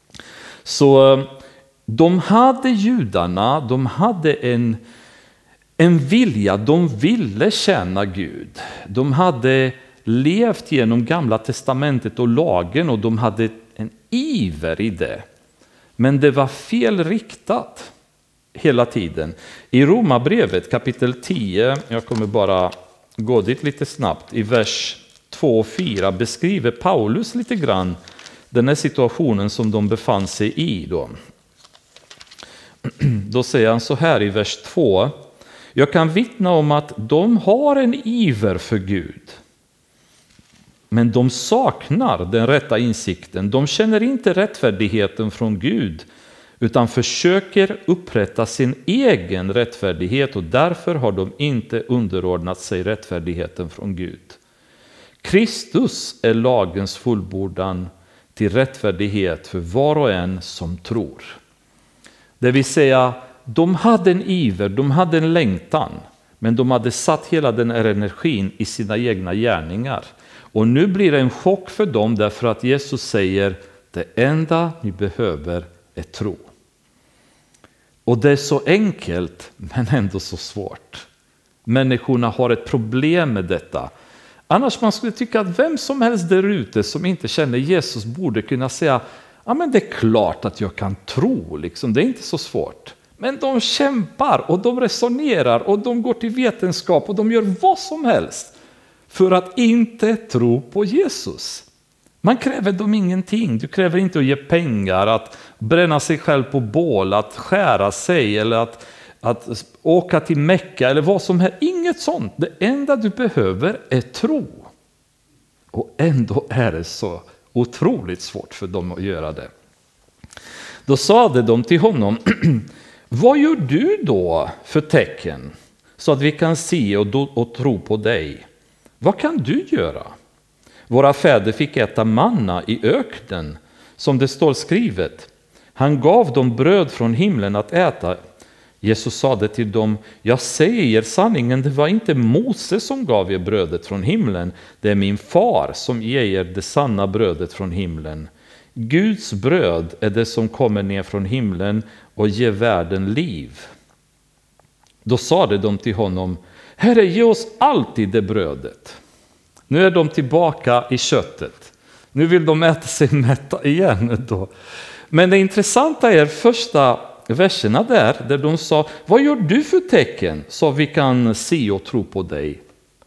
Så judarna hade en vilja, de ville tjäna Gud. De hade levt genom Gamla testamentet och lagen och de hade en iver i det. Men det var fel riktat hela tiden. I Romarbrevet kapitel 10, jag kommer bara gå dit lite snabbt, i vers 2 och 4 beskriver Paulus lite grann den här situationen som de befann sig i då. Då säger han så här i vers 2: jag kan vittna om att de har en iver för Gud, men de saknar den rätta insikten. De känner inte rättfärdigheten från Gud, utan försöker upprätta sin egen rättfärdighet, och därför har de inte underordnat sig rättfärdigheten från Gud. Kristus är lagens fullbordan till rättfärdighet för var och en som tror. Det vill säga, de hade en iver, de hade en längtan, men de hade satt hela den här energin i sina egna gärningar. Och nu blir det en chock för dem, därför att Jesus säger, det enda ni behöver är tro. Och det är så enkelt, men ändå så svårt. Människorna har ett problem med detta. Annars man skulle tycka att vem som helst där ute som inte känner Jesus borde kunna säga, ja men det är klart att jag kan tro, liksom. Det är inte så svårt. Men de kämpar och de resonerar och de går till vetenskap och de gör vad som helst för att inte tro på Jesus. Man kräver dem ingenting. Du kräver inte att ge pengar, att bränna sig själv på bål, att skära sig eller att åka till Mecka eller vad som helst. Inget sånt. Det enda du behöver är tro. Och ändå är det så otroligt svårt för dem att göra det. Då sade de till honom, vad gör du då för tecken så att vi kan se och tro på dig? Vad kan du göra? Våra fäder fick äta manna i öknen, som det står skrivet. Han gav dem bröd från himlen att äta. Jesus sade till dem, jag säger er sanningen, det var inte Mose som gav er brödet från himlen. Det är min far som ger er det sanna brödet från himlen. Guds bröd är det som kommer ner från himlen och ger världen liv. Då sade de till honom, Herre, ge oss alltid det brödet. Nu är de tillbaka i köttet. Nu vill de äta sig mätta igen då. Men det intressanta är första verserna där de sa, vad gör du för tecken så vi kan se och tro på dig?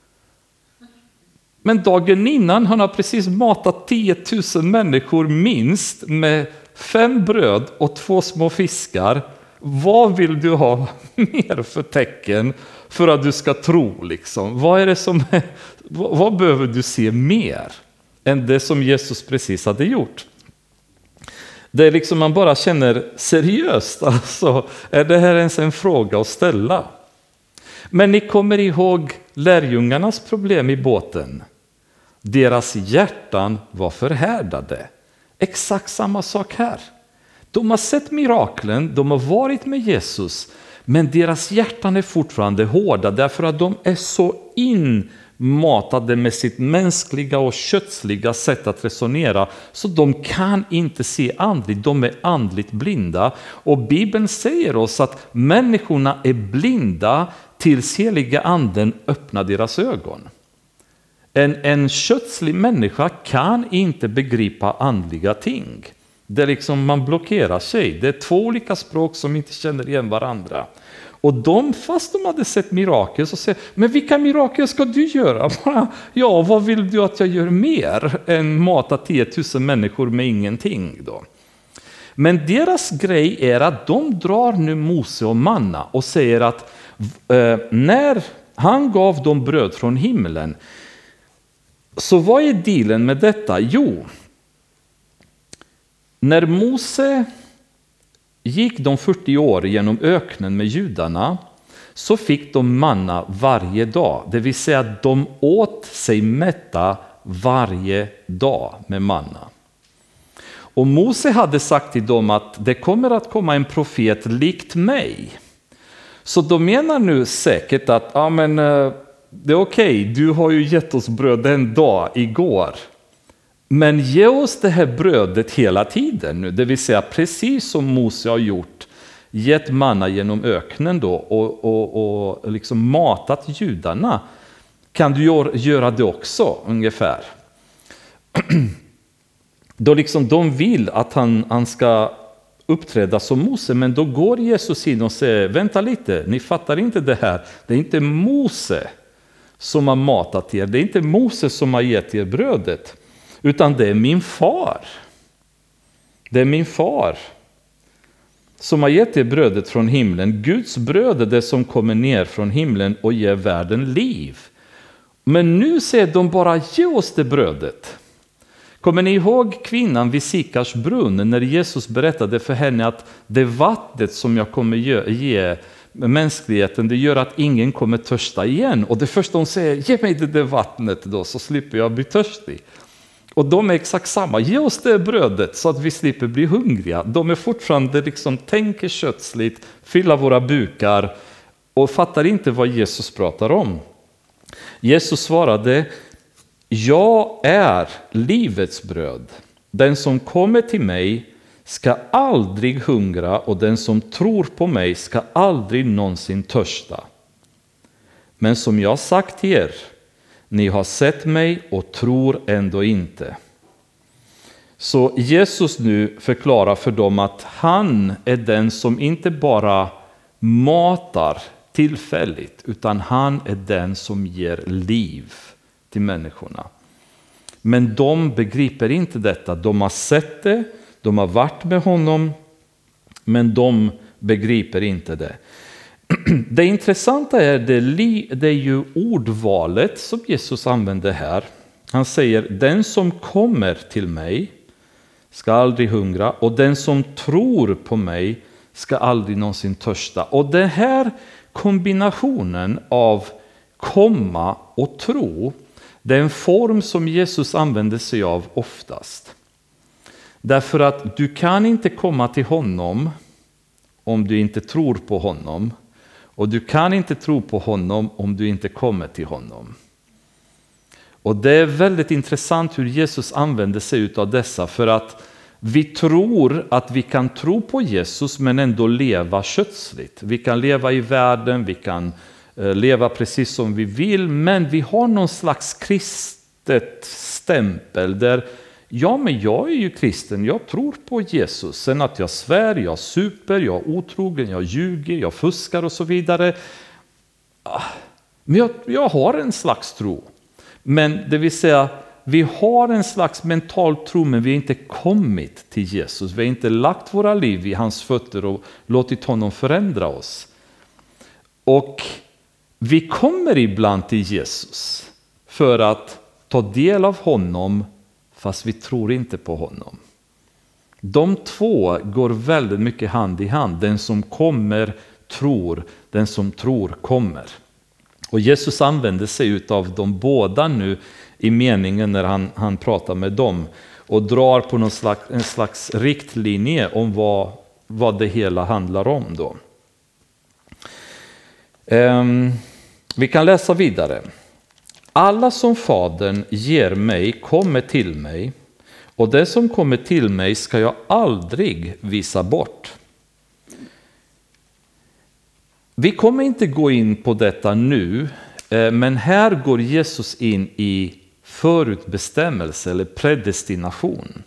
Men dagen innan han har precis matat 10 000 människor minst med 5 bröd och 2 små fiskar. Vad vill du ha mer för tecken för att du ska tro liksom? Vad behöver du se mer än det som Jesus precis hade gjort? Det är liksom man bara känner seriöst, alltså är det här ens en fråga att ställa? Men ni kommer ihåg lärjungarnas problem i båten. Deras hjärtan var förhärdade. Exakt samma sak här. De har sett miraklen, de har varit med Jesus, men deras hjärtan är fortfarande hårda därför att de är så inmatade med sitt mänskliga och kötsliga sätt att resonera så de kan inte se andligt, de är andligt blinda. Och Bibeln säger oss att människorna är blinda tills heliga anden öppnar deras ögon. En kötslig människa kan inte begripa andliga ting. Det är liksom man blockerar sig. Det är 2 olika språk som inte känner igen varandra. Och fast de hade sett mirakel så säger, men vilka mirakel ska du göra? Ja, vad vill du att jag gör mer än mata 10 000 människor med ingenting då? Men deras grej är att de drar nu Mose och manna och säger att när han gav dem bröd från himlen, så vad är dealen med detta? Jo, när Mose gick de 40 år genom öknen med judarna så fick de manna varje dag. Det vill säga att de åt sig mätta varje dag med manna. Och Mose hade sagt till dem att det kommer att komma en profet likt mig. Så de menar nu säkert att det är okej, du har ju gett oss bröd en dag igår. Men ge oss det här brödet hela tiden nu, det vill säga precis som Mose har gjort gett manna genom öknen då och liksom matat judarna, kan du göra det också ungefär. Då liksom de vill att han ska uppträda som Mose, men då går Jesus in och säger, vänta lite, ni fattar inte det här. Det är inte Mose som har matat er, det är inte Mose som har gett er brödet, utan det är min far. Det är min far som har gett er brödet från himlen. Guds bröd är det som kommer ner från himlen och ger världen liv. Men nu säger de bara, ge oss det brödet. Kommer ni ihåg kvinnan vid Sikars brunn när Jesus berättade för henne att det vattnet som jag kommer ge mänskligheten, det gör att ingen kommer törsta igen. Och det första hon säger, ge mig det vattnet då så slipper jag bli törstig. Och de är exakt samma, ge oss det brödet så att vi slipper bli hungriga. De är fortfarande liksom tänker kötsligt, fylla våra bukar och fattar inte vad Jesus pratar om. Jesus svarade, jag är livets bröd. Den som kommer till mig ska aldrig hungra och den som tror på mig ska aldrig någonsin törsta. Men som jag sagt till er, ni har sett mig och tror ändå inte. Så Jesus nu förklarar för dem att han är den som inte bara matar tillfälligt, utan han är den som ger liv till människorna. Men de begriper inte detta. De har sett det, de har varit med honom, men de begriper inte det. Det intressanta är det är ju ordvalet som Jesus använder här. Han säger, den som kommer till mig ska aldrig hungra och den som tror på mig ska aldrig någonsin törsta. Och den här kombinationen av komma och tro, det är en form som Jesus använder sig av oftast. Därför att du kan inte komma till honom om du inte tror på honom. Och du kan inte tro på honom om du inte kommer till honom. Och det är väldigt intressant hur Jesus använder sig av dessa, för att vi tror att vi kan tro på Jesus men ändå leva kötsligt. Vi kan leva i världen, vi kan leva precis som vi vill, men vi har någon slags kristet stämpel där ja, men jag är ju kristen, jag tror på Jesus. Sen att jag svär, jag super, jag är otrogen, jag ljuger, jag fuskar och så vidare. Men jag har en slags tro. Men det vill säga, vi har en slags mental tro, men vi har inte kommit till Jesus. Vi har inte lagt våra liv i hans fötter och låtit honom förändra oss. Och vi kommer ibland till Jesus för att ta del av honom, fast vi tror inte på honom. De två går väldigt mycket hand i hand. Den som kommer tror, den som tror kommer. Och Jesus använder sig av de båda nu i meningen när han pratar med dem. Och drar på en slags riktlinje om vad det hela handlar om då. Vi kan läsa vidare. Alla som Fadern ger mig kommer till mig, och det som kommer till mig ska jag aldrig visa bort. Vi kommer inte gå in på detta nu, men här går Jesus in i förutbestämmelse eller predestination.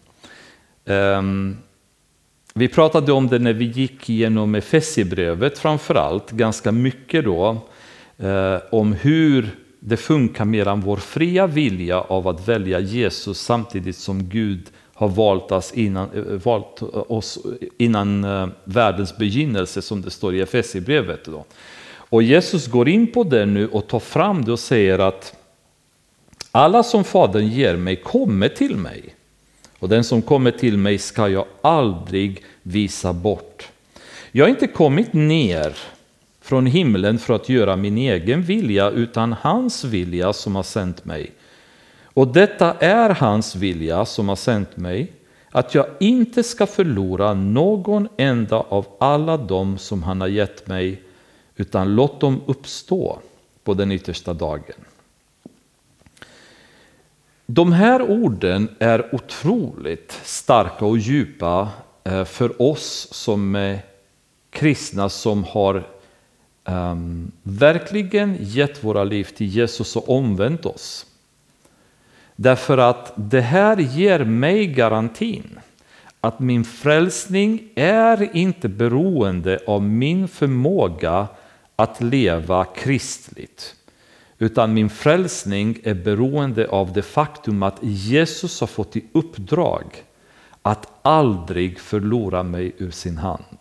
Vi pratade om det när vi gick igenom Efesierbrevet framförallt ganska mycket då, om hur det funkar med vår fria vilja av att välja Jesus samtidigt som Gud har valt oss innan världens begynnelse, som det står i Efesierbrevet då. Och Jesus går in på det nu och tar fram det och säger att alla som Fadern ger mig kommer till mig, och den som kommer till mig ska jag aldrig visa bort. Jag har inte kommit ner från himlen för att göra min egen vilja, utan hans vilja som har sänt mig. Och detta är hans vilja som har sänt mig, att jag inte ska förlora någon enda av alla dem som han har gett mig, utan låt dem uppstå på den yttersta dagen. De här orden är otroligt starka och djupa för oss som är kristna som har verkligen gett våra liv till Jesus och omvänt oss. Därför att det här ger mig garantin att min frälsning är inte beroende av min förmåga att leva kristligt. Utan min frälsning är beroende av det faktum att Jesus har fått i uppdrag att aldrig förlora mig ur sin hand.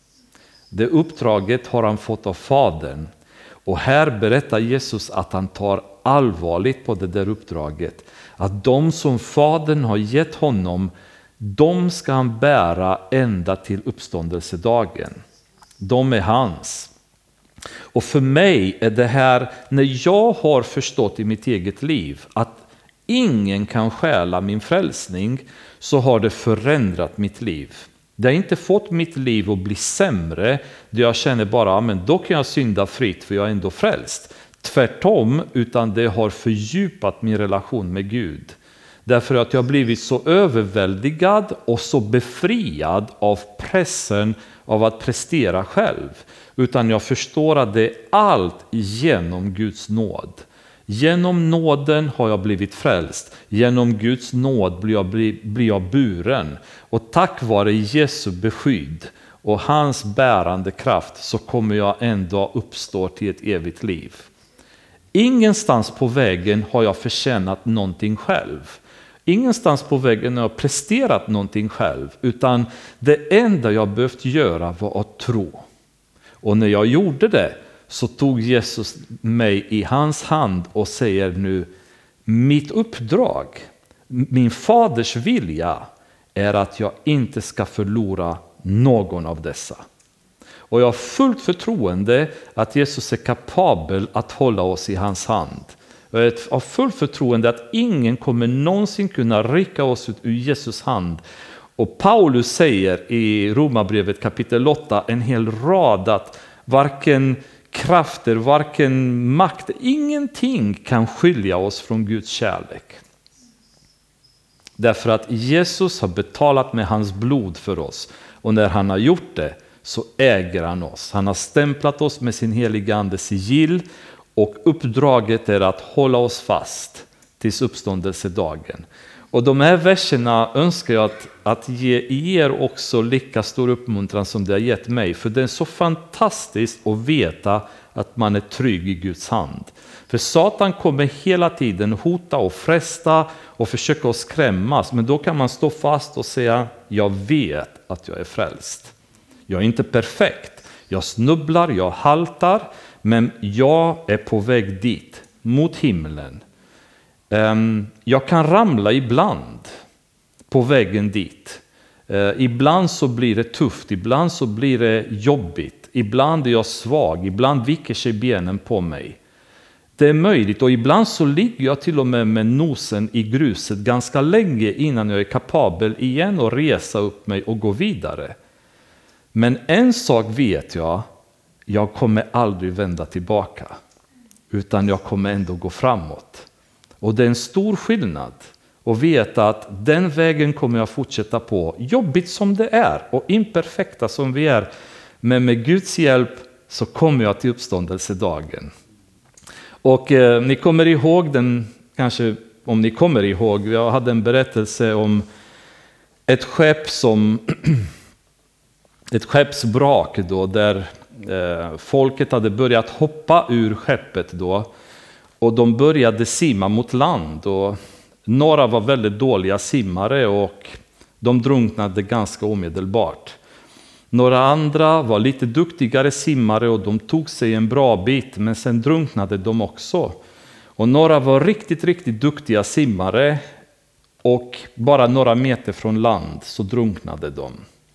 Det uppdraget har han fått av Fadern. Och här berättar Jesus att han tar allvarligt på det där uppdraget. Att de som Fadern har gett honom, de ska han bära ända till uppståndelsedagen. De är hans. Och för mig är det här, när jag har förstått i mitt eget liv att ingen kan stjäla min frälsning, så har det förändrat mitt liv. Det har inte fått mitt liv att bli sämre, där jag känner bara, men då kan jag synda fritt för jag är ändå frälst. Tvärtom, utan det har fördjupat min relation med Gud. Därför att jag har blivit så överväldigad och så befriad av pressen av att prestera själv. Utan jag förstår att det är allt genom Guds nåd. Genom nåden har jag blivit frälst. Genom Guds nåd blir jag buren. Och tack vare Jesu beskydd och hans bärande kraft så kommer jag ändå uppstå till ett evigt liv. Ingenstans på vägen har jag förtjänat någonting själv. Ingenstans på vägen har jag presterat någonting själv. Utan det enda jag behövt göra var att tro. Och när jag gjorde det så tog Jesus mig i hans hand och säger nu, mitt uppdrag, min faders vilja är att jag inte ska förlora någon av dessa. Och jag har fullt förtroende att Jesus är kapabel att hålla oss i hans hand. Jag har fullt förtroende att ingen kommer någonsin kunna rycka oss ut ur Jesus hand. Och Paulus säger i Romarbrevet kapitel 8 en hel rad att varken krafter, varken makt, ingenting kan skilja oss från Guds kärlek. Därför att Jesus har betalat med hans blod för oss. Och när han har gjort det så äger han oss. Han har stämplat oss med sin heliga andes sigill. Och uppdraget är att hålla oss fast tills uppståndelsedagen. Och de här verserna önskar jag att ge er också lika stor uppmuntran som det har gett mig. För det är så fantastiskt att veta att man är trygg i Guds hand. För Satan kommer hela tiden hota och fresta och försöka att skrämmas. Men då kan man stå fast och säga, jag vet att jag är frälst. Jag är inte perfekt. Jag snubblar, jag haltar. Men jag är på väg dit, mot himlen. Jag kan ramla ibland på vägen dit. Ibland så blir det tufft, ibland så blir det jobbigt. Ibland är jag svag, ibland viker sig benen på mig. Det är möjligt och ibland så ligger jag till och med nosen i gruset ganska länge innan jag är kapabel igen att resa upp mig och gå vidare. Men en sak vet jag kommer aldrig vända tillbaka. Utan jag kommer ändå gå framåt. Och det är en stor skillnad att veta att den vägen kommer jag fortsätta på. Jobbigt som det är och imperfekta som vi är. Men med Guds hjälp så kommer jag till uppståndelsedagen. Och ni kommer ihåg den, kanske om ni kommer ihåg, jag hade en berättelse om ett skepp som ett skeppsvrak då, där folket hade börjat hoppa ur skeppet då. Och de började simma mot land och några var väldigt dåliga simmare och de drunknade ganska omedelbart. Några andra var lite duktigare simmare och de tog sig en bra bit, men sen drunknade de också. Och några var riktigt, riktigt duktiga simmare och bara några meter från land så drunknade de.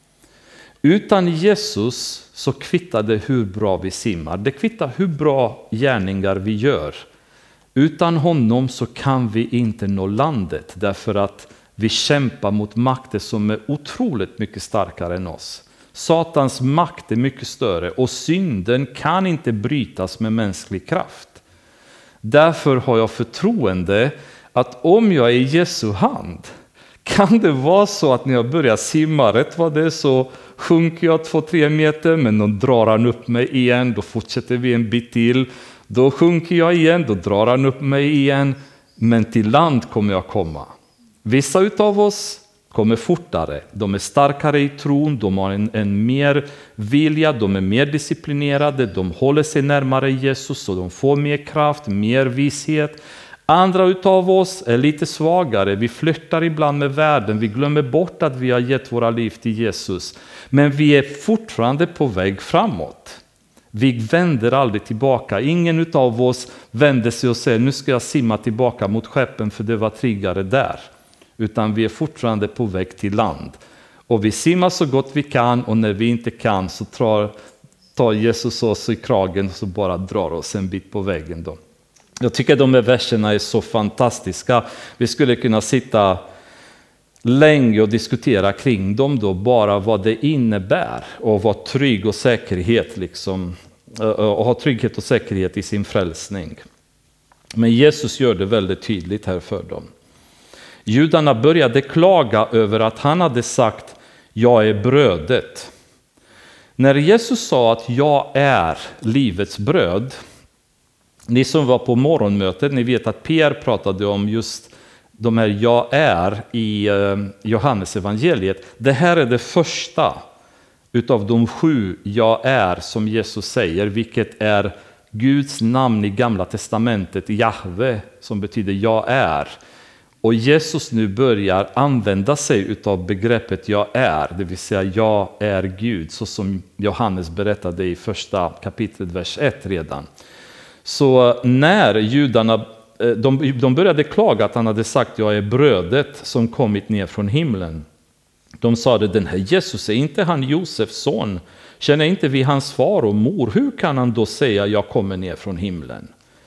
Utan Jesus så kvittar det hur bra vi simmar. Det kvittar hur bra gärningar vi gör. Utan honom så kan vi inte nå landet därför att vi kämpar mot makter som är otroligt mycket starkare än oss. Satans makt är mycket större och synden kan inte brytas med mänsklig kraft. Därför har jag förtroende att om jag är i Jesu hand kan det vara så att när jag börjar simma rätt vad det är så sjunker jag 2-3 meter, men då drar han upp mig igen. Då fortsätter vi en bit till. Då sjunker jag igen, då drar han upp mig igen. Men till land kommer jag komma. Vissa utav oss kommer fortare. De är starkare i tron, de har en mer vilja, de är mer disciplinerade, de håller sig närmare Jesus och de får mer kraft, mer vishet. Andra utav oss är lite svagare, vi flyttar ibland med världen, vi glömmer bort att vi har gett våra liv till Jesus. Men vi är fortfarande på väg framåt. Vi vänder aldrig tillbaka. Ingen utav oss vänder sig och säger, nu ska jag simma tillbaka mot skeppen för det var tryggare där. Utan vi är fortfarande på väg till land. Och vi simmar så gott vi kan, och när vi inte kan så tar Jesus oss i kragen och så bara drar oss en bit på vägen då. Jag tycker de här verserna är så fantastiska. Vi skulle kunna sitta länge och diskutera kring dem då, bara vad det innebär och vara trygg och säkerhet liksom, och ha trygghet och säkerhet i sin frälsning. Men Jesus gör det väldigt tydligt här för dem. Judarna började klaga över att han hade sagt, jag är brödet. När Jesus sa att jag är livets bröd, ni som var på morgonmötet, ni vet att Pierre pratade om just de här jag är i Johannes evangeliet. Det här är det första utav de 7 jag är som Jesus säger, vilket är Guds namn i Gamla testamentet, Jahve, som betyder jag är. Och Jesus nu börjar använda sig utav begreppet jag är, det vill säga jag är Gud, så som Johannes berättade i första kapitlet vers 1 redan. Så när judarna de började klaga att han hade sagt jag är brödet som kommit ner från himlen. De sa det, den här Jesus, är inte han Josefs son? Känner inte vi hans far och mor? Hur kan han då säga jag kommer ner från himlen?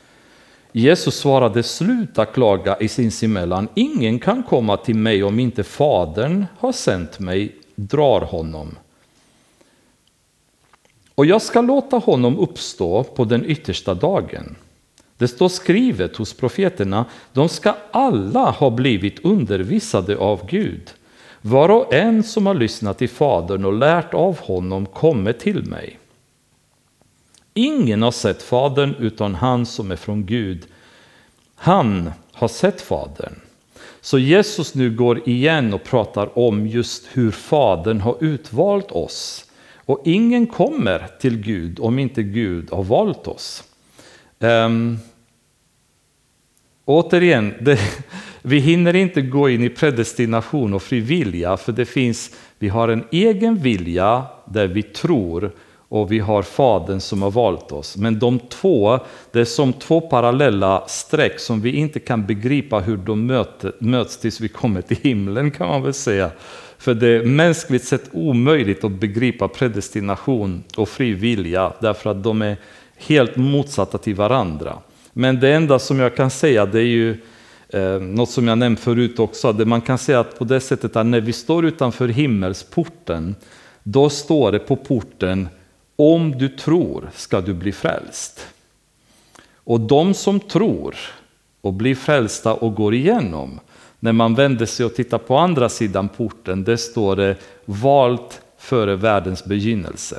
Jesus svarade, sluta klaga i sinsemellan. Ingen kan komma till mig om inte Fadern har sänt mig, drar honom. Och jag ska låta honom uppstå på den yttersta dagen. Det står skrivet hos profeterna, de ska alla ha blivit undervisade av Gud. Var och en som har lyssnat till Fadern och lärt av honom kommer till mig. Ingen har sett Fadern utan han som är från Gud. Han har sett Fadern. Så Jesus nu går igen och pratar om just hur Fadern har utvalt oss. Och ingen kommer till Gud om inte Gud har valt oss. Återigen, vi hinner inte gå in i predestination och fri vilja, för vi har en egen vilja där vi tror och vi har Fadern som har valt oss. Men det är som 2 parallella streck som vi inte kan begripa hur de möts tills vi kommer till himlen, kan man väl säga. För det är mänskligt sett omöjligt att begripa predestination och fri vilja, därför att de är helt motsatta till varandra. Men det enda som jag kan säga, det är ju något som jag nämnt förut också, det man kan säga att på det sättet att när vi står utanför himmelsporten, då står det på porten, om du tror ska du bli frälst. Och de som tror och blir frälsta och går igenom, när man vänder sig och tittar på andra sidan porten, det står det valt före världens begynnelse.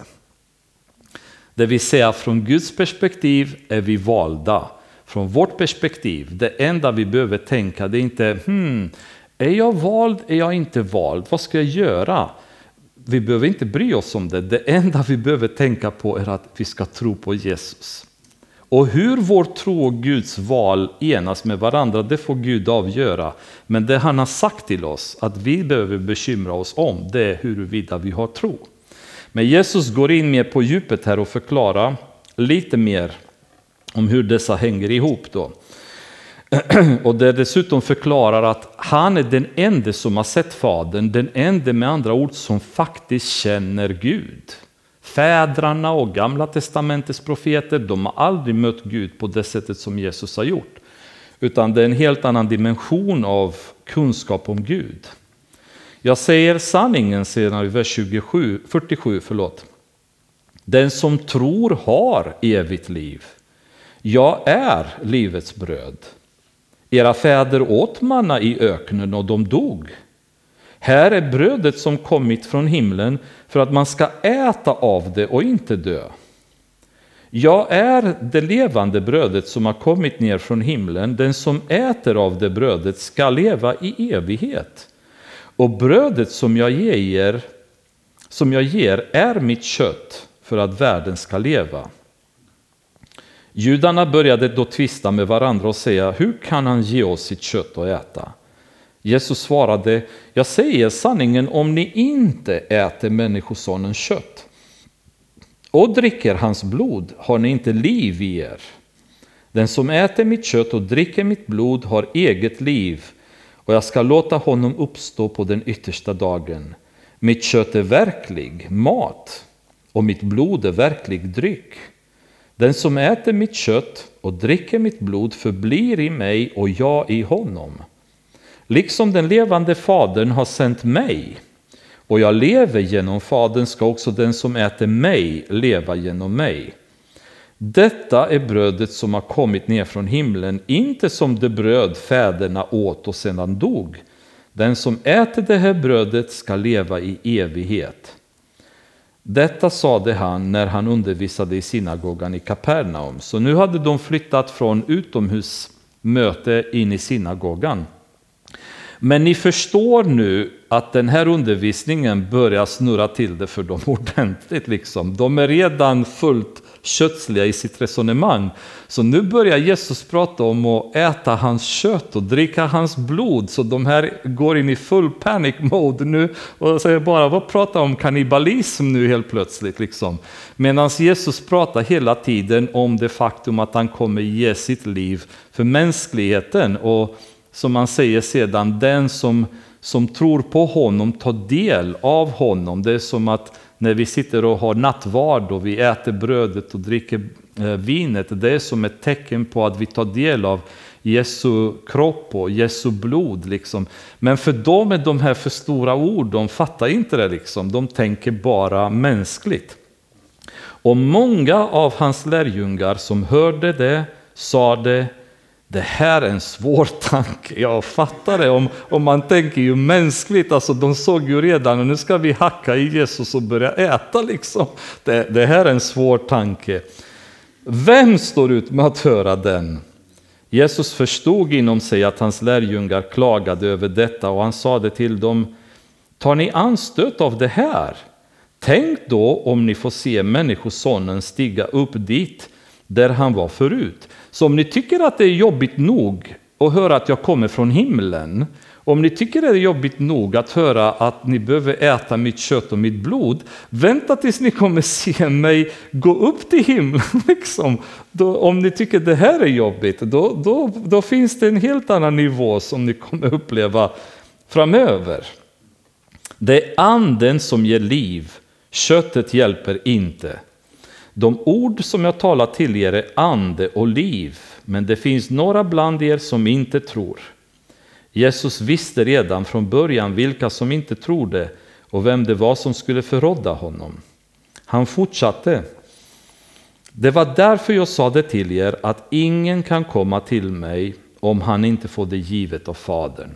Det vill säga från Guds perspektiv är vi valda. Från vårt perspektiv, det enda vi behöver tänka, det är inte är jag vald, är jag inte vald, vad ska jag göra? Vi behöver inte bry oss om det. Det enda vi behöver tänka på är att vi ska tro på Jesus. Och hur vår tro och Guds val enas med varandra, det får Gud avgöra. Men det han har sagt till oss att vi behöver bekymra oss om, det är huruvida vi har tro. Men Jesus går in mer på djupet här och förklarar lite mer om hur dessa hänger ihop då. Och det dessutom förklarar att han är den enda som har sett Fadern, den enda med andra ord som faktiskt känner Gud. Fäderna och Gamla testamentets profeter, de har aldrig mött Gud på det sättet som Jesus har gjort. Utan det är en helt annan dimension av kunskap om Gud. Jag säger sanningen senare i vers 47. Den som tror har evigt liv. Jag är livets bröd. Era fäder åt manna i öknen och de dog. Här är brödet som kommit från himlen för att man ska äta av det och inte dö. Jag är det levande brödet som har kommit ner från himlen. Den som äter av det brödet ska leva i evighet. Och brödet som jag ger är mitt kött för att världen ska leva. Judarna började då tvista med varandra och säga: hur kan han ge oss sitt kött att äta? Jesus svarade: jag säger sanningen, om ni inte äter människosonens kött och dricker hans blod har ni inte liv i er. Den som äter mitt kött och dricker mitt blod har eget liv, och jag ska låta honom uppstå på den yttersta dagen. Mitt kött är verklig mat och mitt blod är verklig dryck. Den som äter mitt kött och dricker mitt blod förblir i mig och jag i honom. Liksom den levande Fadern har sänt mig och jag lever genom Fadern, ska också den som äter mig leva genom mig. Detta är brödet som har kommit ner från himlen, inte som det bröd fäderna åt och sedan dog. Den som äter det här brödet ska leva i evighet. Detta sade han när han undervisade i synagogan i Kapernaum. Så nu hade de flyttat från utomhusmöte in i synagogan. Men ni förstår nu att den här undervisningen börjar snurra till det för dem ordentligt. Liksom. De är redan fullt kötsliga i sitt resonemang. Så nu börjar Jesus prata om att äta hans kött och dricka hans blod. Så de här går in i full panic mode nu och säger bara: vad pratar om kannibalism nu helt plötsligt? Liksom. Medan Jesus pratar hela tiden om det faktum att han kommer ge sitt liv för mänskligheten. Och som man säger sedan, den som tror på honom tar del av honom. Det är som att när vi sitter och har nattvard och vi äter brödet och dricker vinet, det är som ett tecken på att vi tar del av Jesu kropp och Jesu blod. Liksom. Men för dem är de här för stora ord, de fattar inte det. Liksom. De tänker bara mänskligt. Och många av hans lärjungar som hörde det sade: det här är en svår tanke. Jag fattar det om man tänker ju mänskligt. Alltså de såg ju redan, och nu ska vi hacka i Jesus och börja äta liksom. Det här är en svår tanke. Vem står ut med att höra den? Jesus förstod inom sig att hans lärjungar klagade över detta, och han sade till dem: tar ni anstöt av det här? Tänk då om ni får se människosonen stiga upp dit där han var förut. Så om ni tycker att det är jobbigt nog att höra att jag kommer från himlen, om ni tycker det är jobbigt nog att höra att ni behöver äta mitt kött och mitt blod, vänta tills ni kommer se mig gå upp till himlen. Liksom. Om ni tycker det här är jobbigt, då finns det en helt annan nivå som ni kommer uppleva framöver. Det är anden som ger liv, köttet hjälper inte. De ord som jag talar till er är ande och liv, men det finns några bland er som inte tror. Jesus visste redan från början vilka som inte trodde och vem det var som skulle förråda honom. Han fortsatte: det var därför jag sa det till er, att ingen kan komma till mig om han inte får det givet av Fadern.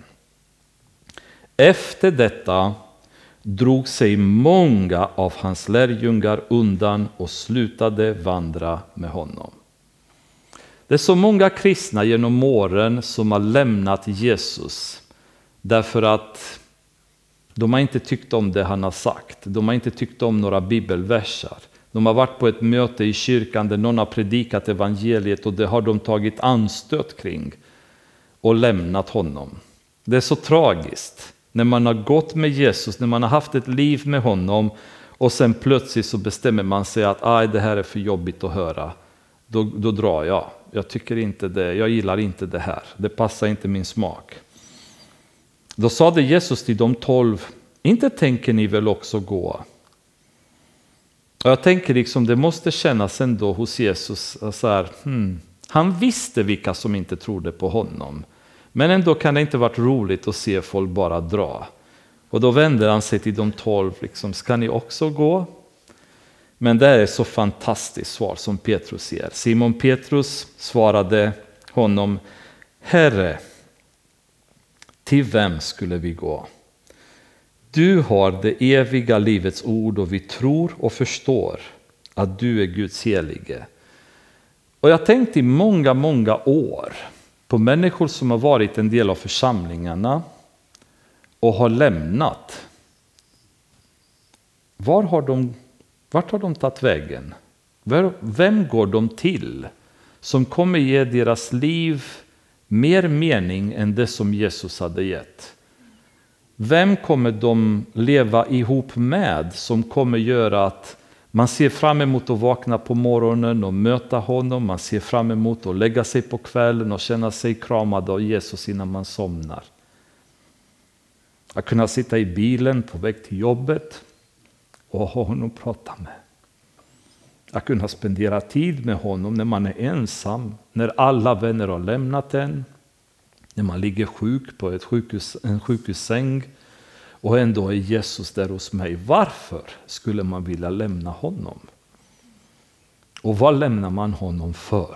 Efter detta drog sig många av hans lärjungar undan och slutade vandra med honom. Det är så många kristna genom åren som har lämnat Jesus därför att de har inte tyckt om det han har sagt. De har inte tyckt om några bibelversar. De har varit på ett möte i kyrkan där någon har predikat evangeliet och det har de tagit anstöt kring och lämnat honom. Det är så tragiskt. När man har gått med Jesus, när man har haft ett liv med honom och sen plötsligt så bestämmer man sig att det här är för jobbigt att höra. Då drar jag. Jag tycker inte det. Jag gillar inte det här. Det passar inte min smak. Då sade Jesus till de 12: inte tänker ni väl också gå? Och jag tänker liksom det måste kännas ändå hos Jesus så här, han visste vilka som inte trodde på honom. Men ändå kan det inte varit roligt att se folk bara dra. Och då vänder han sig till de 12, liksom, ska ni också gå? Men det är så fantastiskt svar som Petrus ger. Simon Petrus svarade honom: Herre, till vem skulle vi gå? Du har det eviga livets ord och vi tror och förstår att du är Guds helige. Och jag tänkte i många, många år på människor som har varit en del av församlingarna och har lämnat. Vart har de tagit vägen? Vem går de till som kommer ge deras liv mer mening än det som Jesus hade gett? Vem kommer de leva ihop med som kommer göra att man ser fram emot att vakna på morgonen och möta honom. Man ser fram emot att lägga sig på kvällen och känna sig kramad av Jesus innan man somnar. Att kunna sitta i bilen på väg till jobbet och ha honom att prata med. Att kunna spendera tid med honom när man är ensam. När alla vänner har lämnat en. När man ligger sjuk på en sjukhussäng. Och ändå är Jesus där hos mig. Varför skulle man vilja lämna honom? Och vad lämnar man honom för?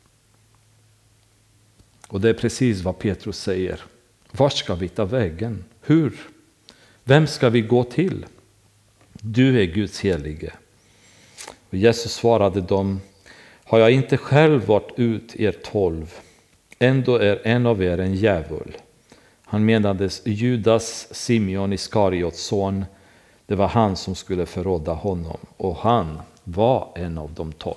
Och det är precis vad Petrus säger. Vart ska vi ta vägen? Hur? Vem ska vi gå till? Du är Guds helige. Och Jesus svarade dem. Har jag inte själv varit ut er 12? Ändå är en av er en djävul. Han menades Judas, Simeon Iskariots son. Det var han som skulle förråda honom. Och han var en av de 12.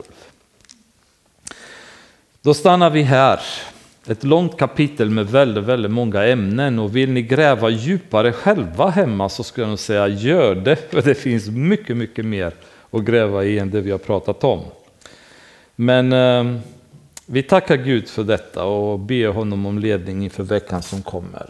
Då stannar vi här. Ett långt kapitel med väldigt, väldigt många ämnen. Och vill ni gräva djupare själva hemma så skulle jag nog säga gör det. För det finns mycket, mycket mer att gräva i än det vi har pratat om. Men vi tackar Gud för detta och ber honom om ledning inför veckan som kommer.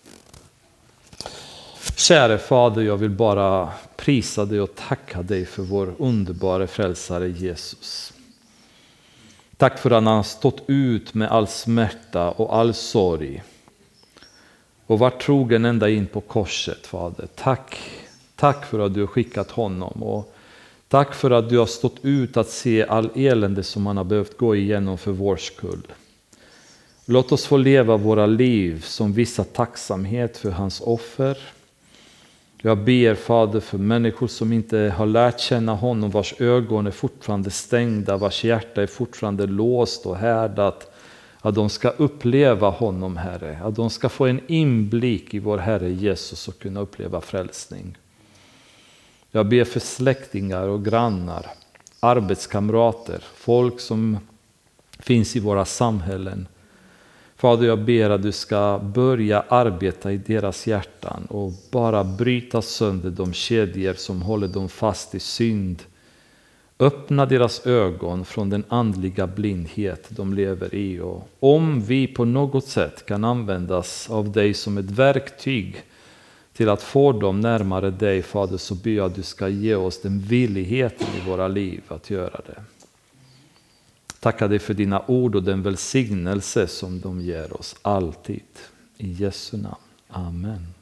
Käre Fader, jag vill bara prisa dig och tacka dig för vår underbara frälsare Jesus. Tack för att han har stått ut med all smärta och all sorg. Och var trogen ända in på korset, Fader. Tack för att du har skickat honom. Och tack för att du har stått ut att se all elände som han har behövt gå igenom för vår skull. Låt oss få leva våra liv som visa tacksamhet för hans offer. Jag ber, Fader, för människor som inte har lärt känna honom, vars ögon är fortfarande stängda, vars hjärta är fortfarande låst och härdat. Att de ska uppleva honom, Herre. Att de ska få en inblick i vår Herre Jesus och kunna uppleva frälsning. Jag ber för släktingar och grannar, arbetskamrater, folk som finns i våra samhällen. Fader, jag ber att du ska börja arbeta i deras hjärtan och bara bryta sönder de kedjor som håller dem fast i synd. Öppna deras ögon från den andliga blindhet de lever i. Och om vi på något sätt kan användas av dig som ett verktyg till att få dem närmare dig, Fader, så ber jag att du ska ge oss den villigheten i våra liv att göra det. Tackar dig för dina ord och den välsignelse som de ger oss alltid. I Jesu namn. Amen.